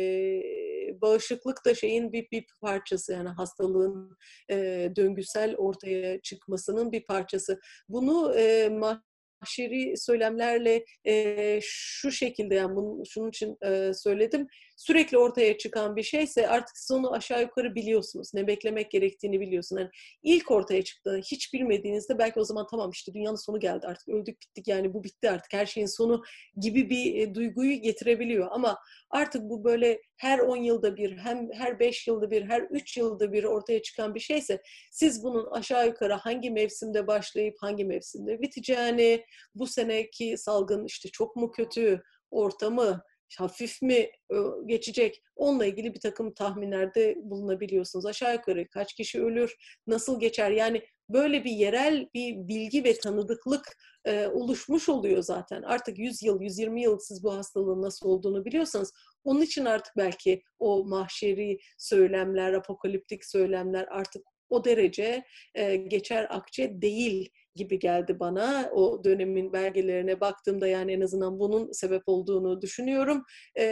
bağışıklık da şeyin bir, bir parçası, yani hastalığın e, döngüsel ortaya çıkmasının bir parçası. Bunu e, mahşeri söylemlerle e, şu şekilde, yani bunu, şunun için e, söyledim. Sürekli ortaya çıkan bir şeyse artık siz onu aşağı yukarı biliyorsunuz. Ne beklemek gerektiğini biliyorsunuz. Yani ilk ortaya çıktığını hiç bilmediğinizde belki o zaman tamam işte dünyanın sonu geldi, artık öldük bittik, yani bu bitti artık, her şeyin sonu gibi bir e, duyguyu getirebiliyor. Ama artık bu böyle her on yılda bir, hem her beş yılda bir, her üç yılda bir ortaya çıkan bir şeyse siz bunun aşağı yukarı hangi mevsimde başlayıp hangi mevsimde biteceğini, bu seneki salgın işte çok mu kötü, orta mı, hafif mi geçecek, onunla ilgili bir takım tahminlerde bulunabiliyorsunuz. Aşağı yukarı kaç kişi ölür, nasıl geçer, yani böyle bir yerel bir bilgi ve tanıdıklık e, oluşmuş oluyor zaten. Artık yüz yıl, yüz yirmi yıl siz bu hastalığın nasıl olduğunu biliyorsanız, onun için artık belki o mahşeri söylemler, apokaliptik söylemler artık o derece e, geçer akçe değil gibi geldi bana. O dönemin belgelerine baktığımda yani en azından bunun sebep olduğunu düşünüyorum.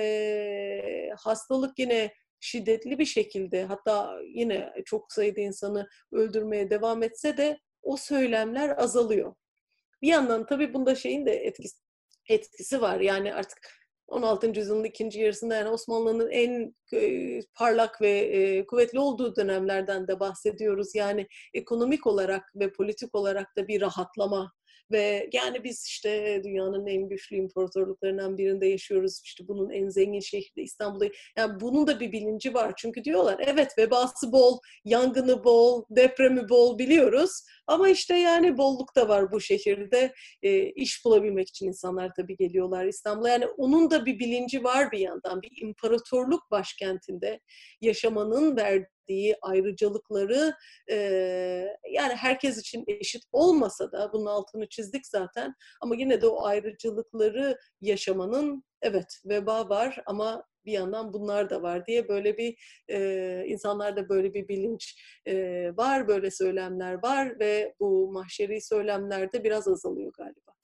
E, hastalık yine şiddetli bir şekilde, hatta yine çok sayıda insanı öldürmeye devam etse de o söylemler azalıyor. Bir yandan tabii bunda şeyin de etkisi, etkisi var. Yani artık on altıncı yüzyılın ikinci yarısında, yani Osmanlı'nın en e, parlak ve e, kuvvetli olduğu dönemlerden de bahsediyoruz. Yani ekonomik olarak ve politik olarak da bir rahatlama ve yani biz işte dünyanın en güçlü imparatorluklarından birinde yaşıyoruz. İşte bunun en zengin şehri de İstanbul'da. Yani bunun da bir bilinci var. Çünkü diyorlar evet, vebası bol, yangını bol, depremi bol biliyoruz. Ama işte yani bolluk da var bu şehirde. E, iş bulabilmek için insanlar tabii geliyorlar İstanbul'a. Yani onun da bir bilinci var bir yandan. Bir imparatorluk başkentinde yaşamanın verdiği ayrıcalıkları, e, yani herkes için eşit olmasa da, bunun altını çizdik zaten, ama yine de o ayrıcalıkları yaşamanın, evet veba var ama bir yandan bunlar da var diye böyle bir e, insanlarda böyle bir bilinç e, var, böyle söylemler var ve bu mahşeri söylemler de biraz azalıyor galiba.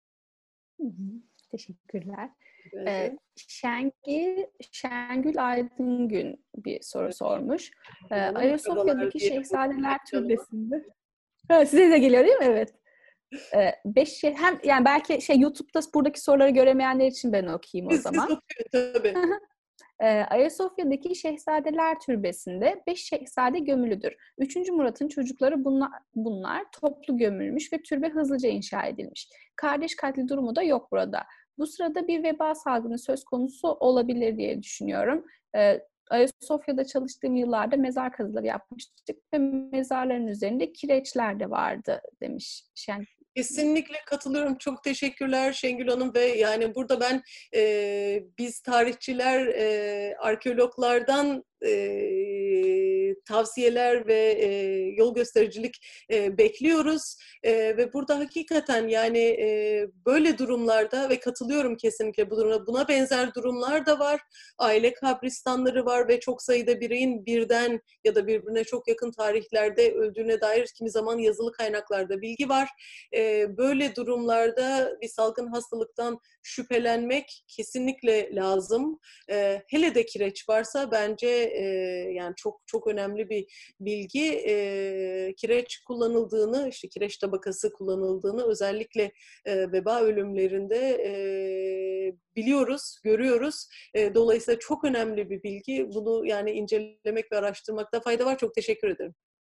Hı hı. Teşekkürler. Evet. Ee, Şengül, Şengül Aydın bir soru evet. sormuş. Ee, Ayasofya'daki Şehzadeler Türbesi'nde. Ha, size de geliyor değil mi? Evet. Ee, beş şey, hem yani belki şey YouTube'da buradaki soruları göremeyenler için ben okuyayım o zaman. Siz okuyun tabii. Ee, Ayasofya'daki Şehzadeler Türbesi'nde beş şehzade gömülüdür. Üçüncü Murat'ın çocukları bunlar, bunlar toplu gömülmüş ve türbe hızlıca inşa edilmiş. Kardeş katli durumu da yok burada. Bu sırada bir veba salgını söz konusu olabilir diye düşünüyorum. Ee, Ayasofya'da çalıştığım yıllarda mezar kazıları yapmıştık ve mezarların üzerinde kireçler de vardı demiş Şen. Kesinlikle katılıyorum. Çok teşekkürler Şengül Hanım ve yani burada ben e, biz tarihçiler, e, arkeologlardan e, tavsiyeler ve e, yol göstericilik e, bekliyoruz. E, ve burada hakikaten yani e, böyle durumlarda ve katılıyorum kesinlikle bu duruma, buna benzer durumlar da var. Aile kabristanları var ve çok sayıda bireyin birden ya da birbirine çok yakın tarihlerde öldüğüne dair kimi zaman yazılı kaynaklarda bilgi var. E, böyle durumlarda bir salgın hastalıktan şüphelenmek kesinlikle lazım. E, hele de kireç varsa bence e, yani çok çok önemli bir bilgi. E, kireç kullanıldığını, işte kireç tabakası kullanıldığını özellikle e, veba ölümlerinde e, biliyoruz, görüyoruz. E, dolayısıyla çok önemli bir bilgi. Bunu yani incelemek ve araştırmakta fayda var. Çok teşekkür ederim.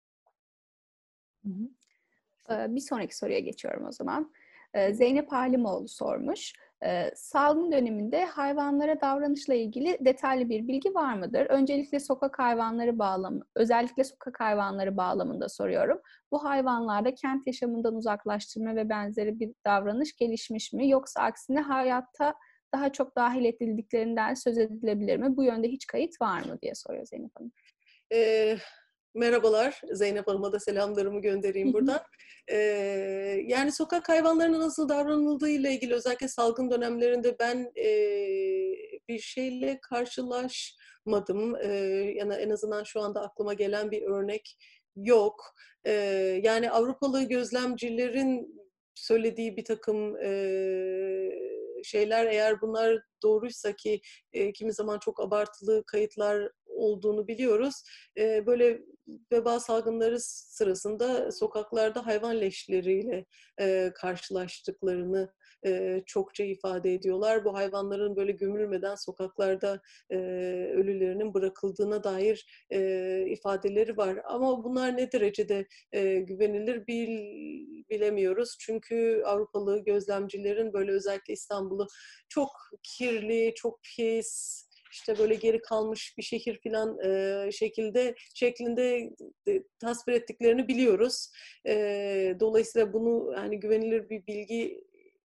Hı hı. Bir sonraki soruya geçiyorum o zaman. Zeynep Halimoğlu sormuş. Salgın döneminde hayvanlara davranışla ilgili detaylı bir bilgi var mıdır? Öncelikle sokak hayvanları bağlamı, özellikle sokak hayvanları bağlamında soruyorum. Bu hayvanlarda kent yaşamından uzaklaştırma ve benzeri bir davranış gelişmiş mi? Yoksa aksine hayatta daha çok dahil edildiklerinden söz edilebilir mi? Bu yönde hiç kayıt var mı diye soruyor Zeynep Hanım. Ee, merhabalar, Zeynep Hanım'a da selamlarımı göndereyim buradan. Ee, yani sokak hayvanlarına nasıl davranıldığı ile ilgili özellikle salgın dönemlerinde ben e, bir şeyle karşılaşmadım. Ee, yani en azından şu anda aklıma gelen bir örnek yok. Ee, yani Avrupalı gözlemcilerin söylediği bir takım e, şeyler, eğer bunlar doğruysa ki e, kimi zaman çok abartılı kayıtlar olduğunu biliyoruz. E, böyle veba salgınları sırasında sokaklarda hayvan leşleriyle e, karşılaştıklarını e, çokça ifade ediyorlar. Bu hayvanların böyle gömülmeden sokaklarda e, ölülerinin bırakıldığına dair e, ifadeleri var. Ama bunlar ne derecede e, güvenilir bil, bilemiyoruz. Çünkü Avrupalı gözlemcilerin böyle özellikle İstanbul'u çok kirli, çok pis, işte böyle geri kalmış bir şehir falan e, şekilde şeklinde e, tasvir ettiklerini biliyoruz. E, dolayısıyla bunu hani güvenilir bir bilgi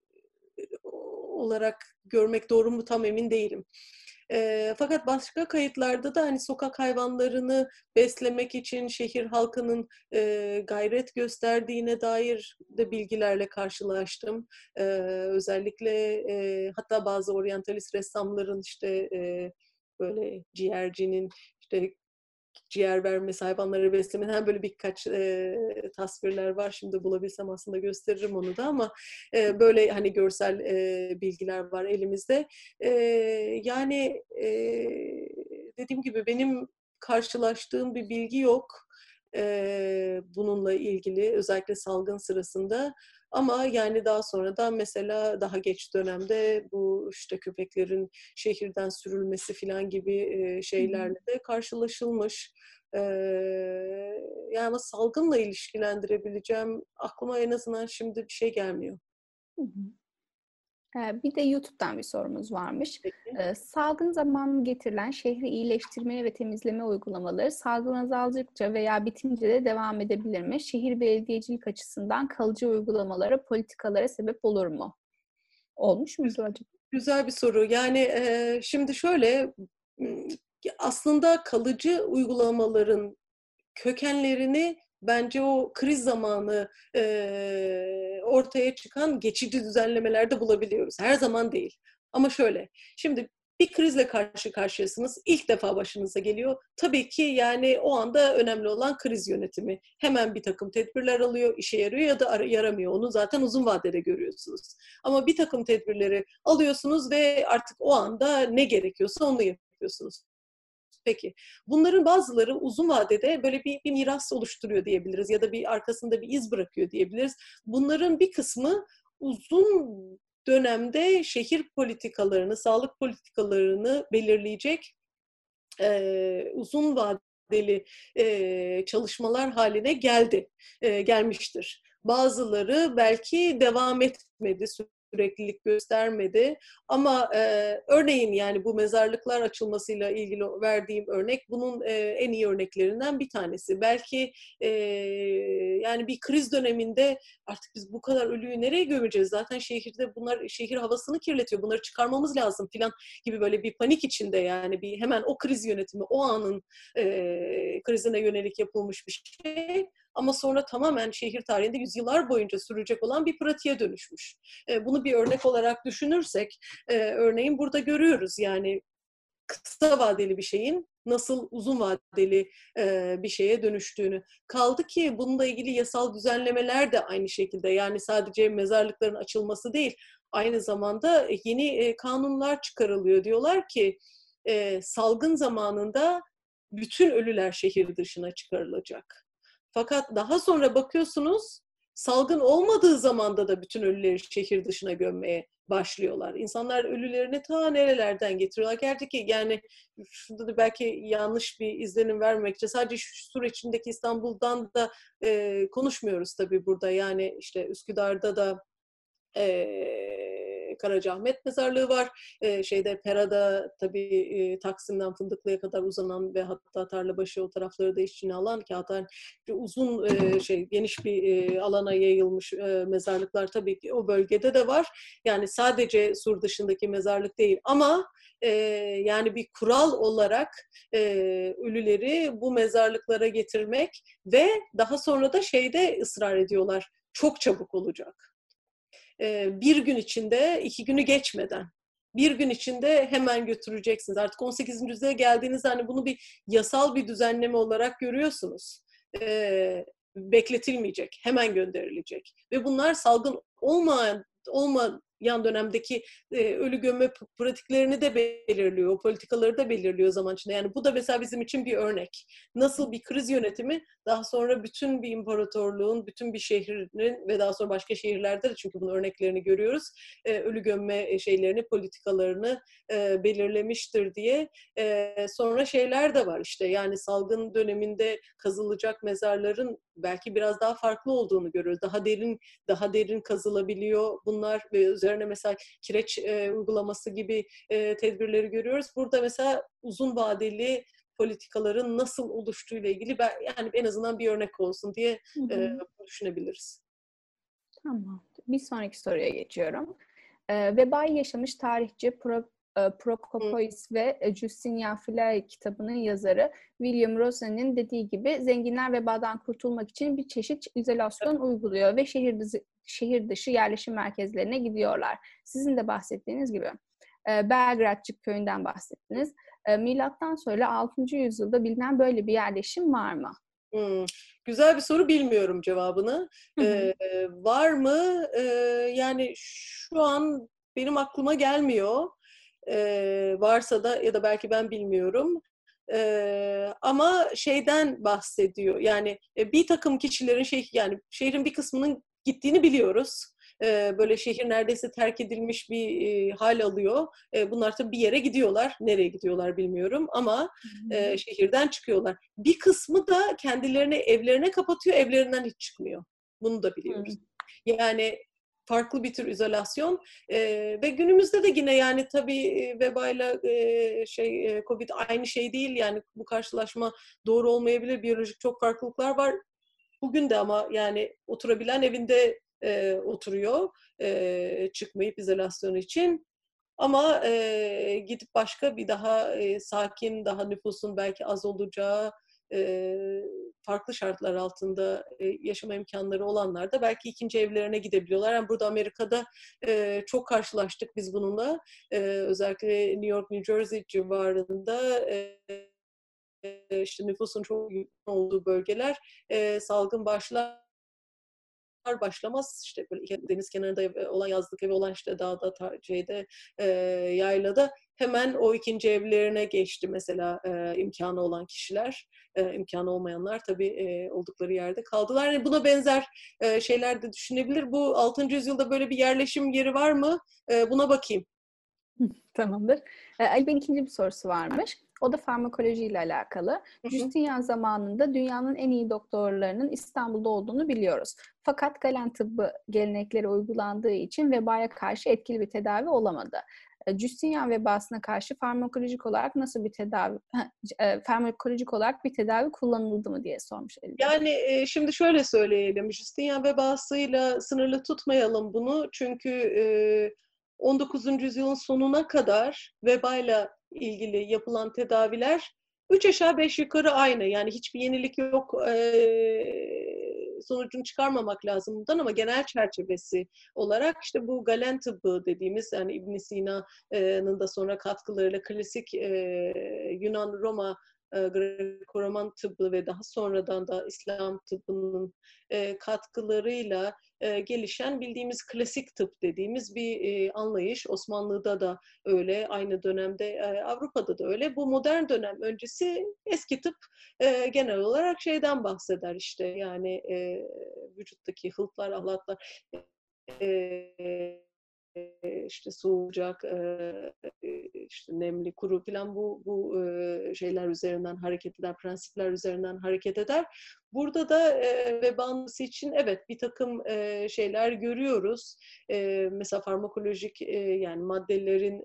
olarak görmek doğru mu tam emin değilim. E, fakat başka kayıtlarda da hani sokak hayvanlarını beslemek için şehir halkının e, gayret gösterdiğine dair de bilgilerle karşılaştım. E, özellikle e, hatta bazı oryantalist ressamların işte e, böyle ciğercinin işte ciğer vermesi, hayvanları beslemenin böyle birkaç e, tasvirler var. Şimdi bulabilsem aslında gösteririm onu da ama e, böyle hani görsel e, bilgiler var elimizde. E, yani e, dediğim gibi benim karşılaştığım bir bilgi yok e, bununla ilgili özellikle salgın sırasında. Ama yani daha sonra da mesela daha geç dönemde bu işte köpeklerin şehirden sürülmesi falan gibi şeylerle de karşılaşılmış. Ee, yani ama salgınla ilişkilendirebileceğim aklıma en azından şimdi bir şey gelmiyor. Hı hı. Bir de YouTube'dan bir sorumuz varmış. Peki. Salgın zamanı getirilen şehri iyileştirme ve temizleme uygulamaları salgın azaldıkça veya bitince de devam edebilir mi? Şehir belediyecilik açısından kalıcı uygulamalara, politikalara sebep olur mu? Olmuş mudur acaba? Güzel bir soru. Yani e, şimdi şöyle aslında kalıcı uygulamaların kökenlerini bence o kriz zamanı e, ortaya çıkan geçici düzenlemelerde bulabiliyoruz. Her zaman değil. Ama şöyle, şimdi bir krizle karşı karşıyasınız. İlk defa başınıza geliyor. Tabii ki yani o anda önemli olan kriz yönetimi. Hemen bir takım tedbirler alıyor, işe yarıyor ya da yaramıyor. Onu zaten uzun vadede görüyorsunuz. Ama bir takım tedbirleri alıyorsunuz ve artık o anda ne gerekiyorsa onu yapıyorsunuz. Peki, bunların bazıları uzun vadede böyle bir, bir miras oluşturuyor diyebiliriz ya da bir arkasında bir iz bırakıyor diyebiliriz. Bunların bir kısmı uzun dönemde şehir politikalarını, sağlık politikalarını belirleyecek e, uzun vadeli e, çalışmalar haline geldi, e, gelmiştir. Bazıları belki devam etmedi, süreklilik göstermedi. Ama e, örneğin yani bu mezarlıklar açılmasıyla ilgili verdiğim örnek bunun e, en iyi örneklerinden bir tanesi. Belki e, yani bir kriz döneminde artık biz bu kadar ölüyü nereye gömeceğiz? Zaten şehirde bunlar şehir havasını kirletiyor. Bunları çıkarmamız lazım filan gibi böyle bir panik içinde yani bir hemen o kriz yönetimi o anın e, krizine yönelik yapılmış bir şey. Ama sonra tamamen şehir tarihinde yüzyıllar boyunca sürecek olan bir pratiğe dönüşmüş. E, bunu bir örnek olarak düşünürsek, e, örneğin burada görüyoruz yani kısa vadeli bir şeyin nasıl uzun vadeli e, bir şeye dönüştüğünü. Kaldı ki bununla ilgili yasal düzenlemeler de aynı şekilde. Yani sadece mezarlıkların açılması değil, aynı zamanda yeni e, kanunlar çıkarılıyor. Diyorlar ki e, salgın zamanında bütün ölüler şehir dışına çıkarılacak. Fakat daha sonra bakıyorsunuz salgın olmadığı zamanda da bütün ölüleri şehir dışına gömmeye başlıyorlar. İnsanlar ölülerini ta nerelerden getiriyorlar. Gerçi yani şurada da belki yanlış bir izlenim vermek için sadece şu süreç içindeki İstanbul'dan da e, konuşmuyoruz tabii burada. Yani işte Üsküdar'da da e, Karacaahmet mezarlığı var. E, şeyde Pera'da tabii e, Taksim'den Fındıklı'ya kadar uzanan ve hatta Tarlabaşı o tarafları da içine alan ki hatta uzun e, şey geniş bir e, alana yayılmış e, mezarlıklar tabii ki o bölgede de var. Yani sadece Sur dışındaki mezarlık değil ama e, yani bir kural olarak e, ölüleri bu mezarlıklara getirmek ve daha sonra da şeyde ısrar ediyorlar. Çok çabuk olacak. Bir gün içinde, iki günü geçmeden, bir gün içinde hemen götüreceksiniz. Artık on sekizinci yüzyıla geldiğinizde hani bunu bir yasal bir düzenleme olarak görüyorsunuz. Ee, bekletilmeyecek, hemen gönderilecek. Ve bunlar salgın olmayan, olmayan dönemdeki e, ölü gömme pratiklerini de belirliyor, o politikaları da belirliyor zaman içinde. Yani bu da mesela bizim için bir örnek. Nasıl bir kriz yönetimi daha sonra bütün bir imparatorluğun, bütün bir şehrin ve daha sonra başka şehirlerde de çünkü bunun örneklerini görüyoruz. E, ölü gömme şeylerini, politikalarını e, belirlemiştir diye. E, sonra şeyler de var işte yani salgın döneminde kazılacak mezarların belki biraz daha farklı olduğunu görüyoruz. Daha derin, daha derin kazılabiliyor bunlar ve üzerine mesela kireç e, uygulaması gibi e, tedbirleri görüyoruz. Burada mesela uzun vadeli politikaların nasıl oluştuğuyla ilgili ben, yani en azından bir örnek olsun diye e, düşünebiliriz. Tamam. Bir sonraki soruya geçiyorum. E, Vebayı yaşamış tarihçi Pro, e, Prokopios ve Justinian Flair kitabının yazarı William Rosen'in dediği gibi zenginler vebadan kurtulmak için bir çeşit izolasyon uyguluyor ve şehir dışı, şehir dışı yerleşim merkezlerine gidiyorlar. Sizin de bahsettiğiniz gibi. E, Belgradçık köyünden bahsettiniz. E, milattan sonra altıncı yüzyılda bilinen böyle bir yerleşim var mı? Hmm, güzel bir soru, bilmiyorum cevabını. Hı hı. Ee, var mı? Ee, yani şu an benim aklıma gelmiyor. Ee, varsa da ya da belki ben bilmiyorum. Ee, ama şeyden bahsediyor. Yani bir takım kişilerin şey yani şehrin bir kısmının gittiğini biliyoruz. Böyle şehir neredeyse terk edilmiş bir e, hal alıyor. E, bunlar tabii bir yere gidiyorlar. Nereye gidiyorlar bilmiyorum ama e, şehirden çıkıyorlar. Bir kısmı da kendilerini evlerine kapatıyor, evlerinden hiç çıkmıyor. Bunu da biliyoruz. Yani farklı bir tür izolasyon e, ve günümüzde de yine yani tabii e, vebayla e, şey e, Covid aynı şey değil yani bu karşılaşma doğru olmayabilir, biyolojik çok farklılıklar var. Bugün de ama yani oturabilen evinde e, oturuyor e, çıkmayıp izolasyonu için. Ama e, gidip başka bir daha e, sakin, daha nüfusun belki az olacağı e, farklı şartlar altında e, yaşama imkanları olanlar da belki ikinci evlerine gidebiliyorlar. Yani burada Amerika'da e, çok karşılaştık biz bununla. E, özellikle New York, New Jersey civarında e, işte nüfusun çok yoğun olduğu bölgeler e, salgın başlar başlamaz işte böyle deniz kenarında olan yazlık evi olan işte dağda şeyde e, yaylada hemen o ikinci evlerine geçti mesela e, imkanı olan kişiler, e, imkanı olmayanlar tabii e, oldukları yerde kaldılar. Yani buna benzer e, şeyler de düşünebilir. Bu altıncı yüzyılda böyle bir yerleşim yeri var mı? E, buna bakayım. Tamamdır. Eee, Ali Bey'in ikinci bir sorusu varmış. O da farmakoloji ile alakalı. Hı hı. Justinian zamanında dünyanın en iyi doktorlarının İstanbul'da olduğunu biliyoruz. Fakat Galen tıbbı gelenekleri uygulandığı için vebaya karşı etkili bir tedavi olamadı. Eee, Justinian vebasına karşı farmakolojik olarak nasıl bir tedavi, eee, farmakolojik olarak bir tedavi kullanıldı mı diye sormuş Ali Bey. Yani e, şimdi şöyle söyleyelim, Justinian vebasıyla sınırlı tutmayalım bunu. Çünkü e, on dokuzuncu yüzyılın sonuna kadar vebayla ilgili yapılan tedaviler üç aşağı beş yukarı aynı. Yani hiçbir yenilik yok. E, sonucunu çıkarmamak lazım bundan ama genel çerçevesi olarak işte bu Galen tıbbı dediğimiz, yani İbn Sina'nın da sonra katkılarıyla klasik e, Yunan-Roma e, Greco-Roman tıbbı ve daha sonradan da İslam tıbbının e, katkılarıyla e, gelişen bildiğimiz klasik tıp dediğimiz bir e, anlayış. Osmanlı'da da öyle, aynı dönemde e, Avrupa'da da öyle. Bu modern dönem öncesi eski tıp e, genel olarak şeyden bahseder, işte yani e, vücuttaki hıltlar, ahlatlar, e, işte soğuyacak, işte nemli, kuru falan bu bu şeyler üzerinden hareket eder, prensipler üzerinden hareket eder. Burada da vebanın için evet bir takım şeyler görüyoruz. Mesela farmakolojik yani maddelerin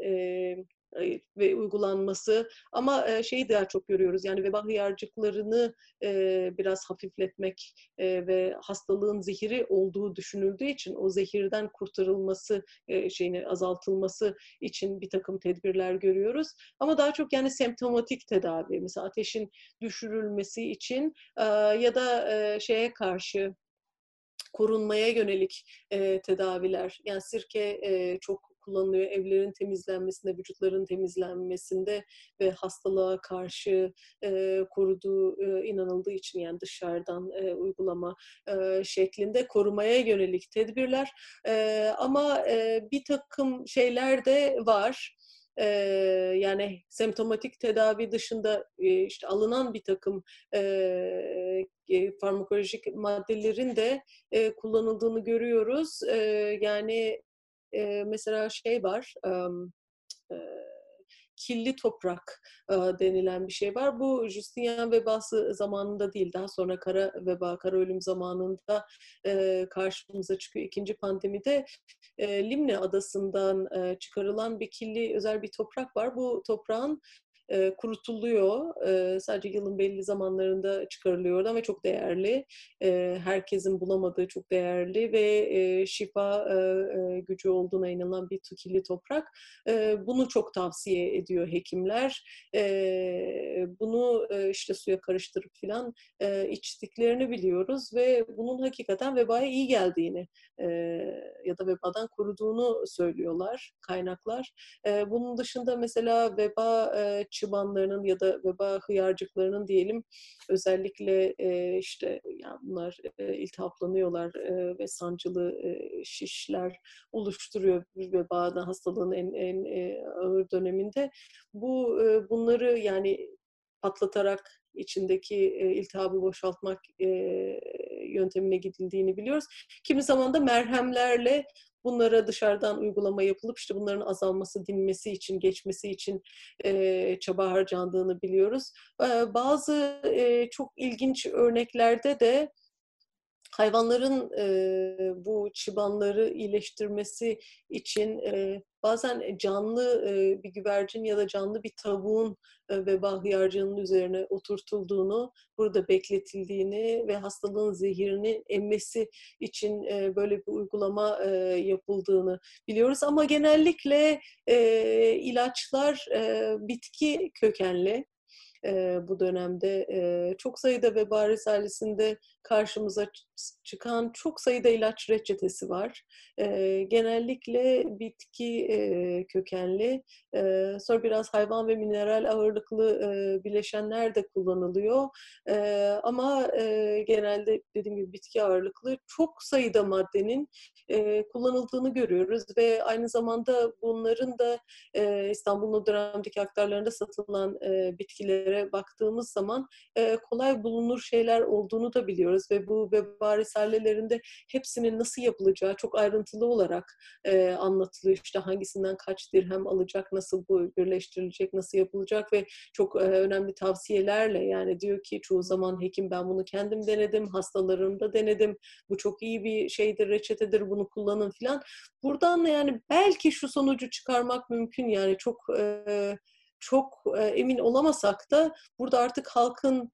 ve uygulanması, ama şeyi daha çok görüyoruz, yani veba hıyarcıklarını biraz hafifletmek ve hastalığın zehiri olduğu düşünüldüğü için o zehirden kurtarılması, şeyini azaltılması için bir takım tedbirler görüyoruz. Ama daha çok yani semptomatik tedavi, mesela ateşin düşürülmesi için ya da şeye karşı korunmaya yönelik e, tedaviler. Yani sirke e, çok kullanılıyor evlerin temizlenmesinde, vücutların temizlenmesinde ve hastalığa karşı e, koruduğu e, inanıldığı için, yani dışarıdan e, uygulama e, şeklinde korumaya yönelik tedbirler. E, ama e, bir takım şeyler de var. Ee, yani semptomatik tedavi dışında e, işte alınan bir takım e, e, farmakolojik maddelerin de e, kullanıldığını görüyoruz. E, yani e, mesela şey var, e, kirli toprak e, denilen bir şey var. Bu Justinian vebası zamanında değil, daha sonra kara veba, kara ölüm zamanında e, karşımıza çıkıyor. İkinci pandemide e, Limne adasından e, çıkarılan bir kirli özel bir toprak var. Bu toprağın e, kurutuluyor. E, sadece yılın belli zamanlarında çıkarılıyor oradan ve çok değerli. E, herkesin bulamadığı çok değerli ve e, şifa e, e, gücü olduğuna inanılan bir kirli toprak. E, bunu çok tavsiye ediyor hekimler. E, bunu e, işte suya karıştırıp filan e, içtiklerini biliyoruz ve bunun hakikaten vebaya iyi geldiğini e, ya da vebadan koruduğunu söylüyorlar kaynaklar. E, bunun dışında mesela veba e, çıbanlarının ya da veba hıyarcıklarının diyelim, özellikle e, işte yani bunlar e, iltihaplanıyorlar e, ve sancılı e, şişler oluşturuyor vebadan, hastalığın en, en e, ağır döneminde. Bu e, bunları yani patlatarak içindeki e, iltihabı boşaltmak e, yöntemine gidildiğini biliyoruz. Kimi zaman da merhemlerle bunlara dışarıdan uygulama yapılıp işte bunların azalması, dinmesi için, geçmesi için e, çaba harcandığını biliyoruz. E, bazı e, çok ilginç örneklerde de hayvanların e, bu çıbanları iyileştirmesi için e, bazen canlı e, bir güvercin ya da canlı bir tavuğun e, veba hıyarcığının üzerine oturtulduğunu, burada bekletildiğini ve hastalığın zehirini emmesi için e, böyle bir uygulama e, yapıldığını biliyoruz. Ama genellikle e, ilaçlar e, bitki kökenli. E, bu dönemde e, çok sayıda veba risalesinde karşımıza çıkan çok sayıda ilaç reçetesi var. E, genellikle bitki e, kökenli, e, sonra biraz hayvan ve mineral ağırlıklı e, bileşenler de kullanılıyor. E, ama e, genelde dediğim gibi bitki ağırlıklı çok sayıda maddenin e, kullanıldığını görüyoruz ve aynı zamanda bunların da e, İstanbul'un o dönemdeki aktarlarında satılan e, bitkilere risallelere baktığımız zaman e, kolay bulunur şeyler olduğunu da biliyoruz ve bu veba risallelerinde hepsinin nasıl yapılacağı çok ayrıntılı olarak e, anlatılıyor. İşte hangisinden kaç dirhem alacak, nasıl bu birleştirilecek, nasıl yapılacak ve çok e, önemli tavsiyelerle, yani diyor ki çoğu zaman hekim ben bunu kendim denedim, hastalarımda denedim, bu çok iyi bir şeydir, reçetedir, bunu kullanın filan. Buradan yani belki şu sonucu çıkarmak mümkün, yani çok e, çok e, emin olamasak da burada artık halkın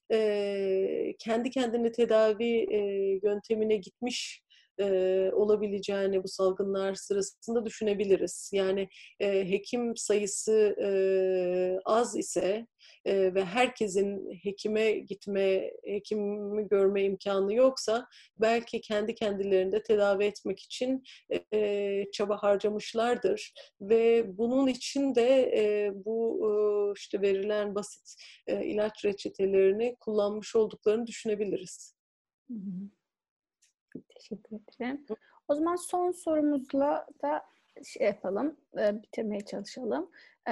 e, kendi kendine tedavi e, yöntemine gitmiş e, olabileceğini bu salgınlar sırasında düşünebiliriz. Yani e, hekim sayısı e, az ise e, ve herkesin hekime gitme, hekimi görme imkanı yoksa belki kendi kendilerinde tedavi etmek için e, çaba harcamışlardır ve bunun için de e, bu e, işte verilen basit e, ilaç reçetelerini kullanmış olduklarını düşünebiliriz. Hı hı. Teşekkür ederim. O zaman son sorumuzla da şey yapalım, bitirmeye çalışalım.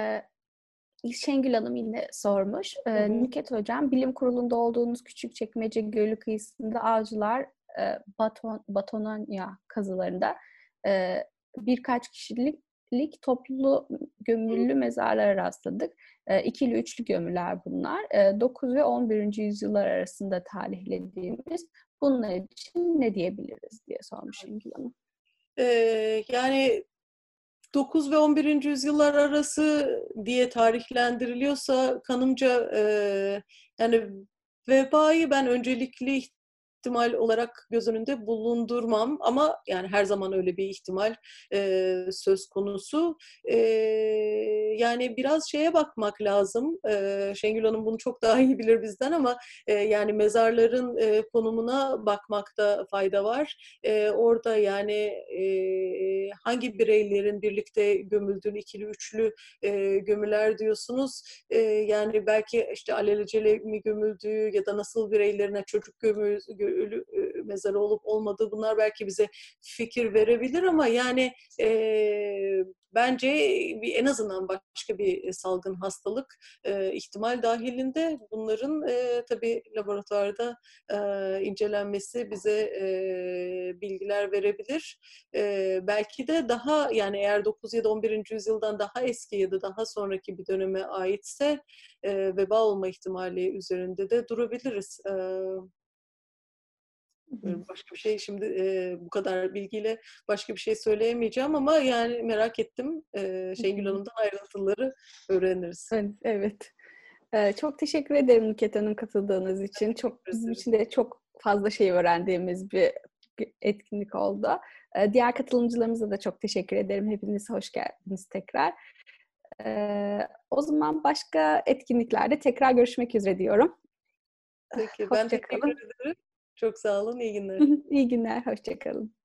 Şengül Hanım yine sormuş. Hı hı. Nükhet Hocam, bilim kurulunda olduğunuz Küçükçekmece Gölü kıyısında avcılar Baton, Batonya kazılarında birkaç kişilik toplu gömülü mezarlara rastladık. İkili üçlü gömüler bunlar. dokuz ve on birinci yüzyıllar arasında tarihlediğimiz. Bunlar için ne diyebiliriz diye sormuş Şengül Hanım. Ee, yani dokuz ve on birinci yüzyıllar arası diye tarihlendiriliyorsa kanımca e, yani vebayı ben öncelikli ihtimal olarak göz önünde bulundurmam ama yani her zaman öyle bir ihtimal e, söz konusu. E, yani biraz şeye bakmak lazım. E, Şengül Hanım bunu çok daha iyi bilir bizden ama e, yani mezarların e, konumuna bakmakta fayda var. E, orada yani e, hangi bireylerin birlikte gömüldüğünü, ikili üçlü e, gömüler diyorsunuz. E, yani belki işte alelacele mi gömüldüğü ya da nasıl bireylerine çocuk gömü, ölü mezarı olup olmadığı, bunlar belki bize fikir verebilir ama yani e, bence bir, en azından başka bir salgın hastalık e, ihtimal dahilinde bunların e, tabii laboratuvarda e, incelenmesi bize e, bilgiler verebilir. E, belki de daha, yani eğer dokuz ya da on birinci yüzyıldan daha eski ya da daha sonraki bir döneme aitse e, veba olma ihtimali üzerinde de durabiliriz. E, Başka bir şey şimdi e, bu kadar bilgiyle başka bir şey söyleyemeyeceğim ama yani merak ettim. E, Şengül Hanım'dan ayrıntıları öğreniriz. Evet. evet. Ee, çok teşekkür ederim Nükhet Hanım katıldığınız için. Çok bizim için de çok fazla şey öğrendiğimiz bir, bir etkinlik oldu. Ee, diğer katılımcılarımıza da çok teşekkür ederim. Hepiniz hoş geldiniz tekrar. Ee, o zaman başka etkinliklerde tekrar görüşmek üzere diyorum. Peki, ben teşekkür ederim. Çok sağ olun, iyi günler. İyi günler, hoşça kalın.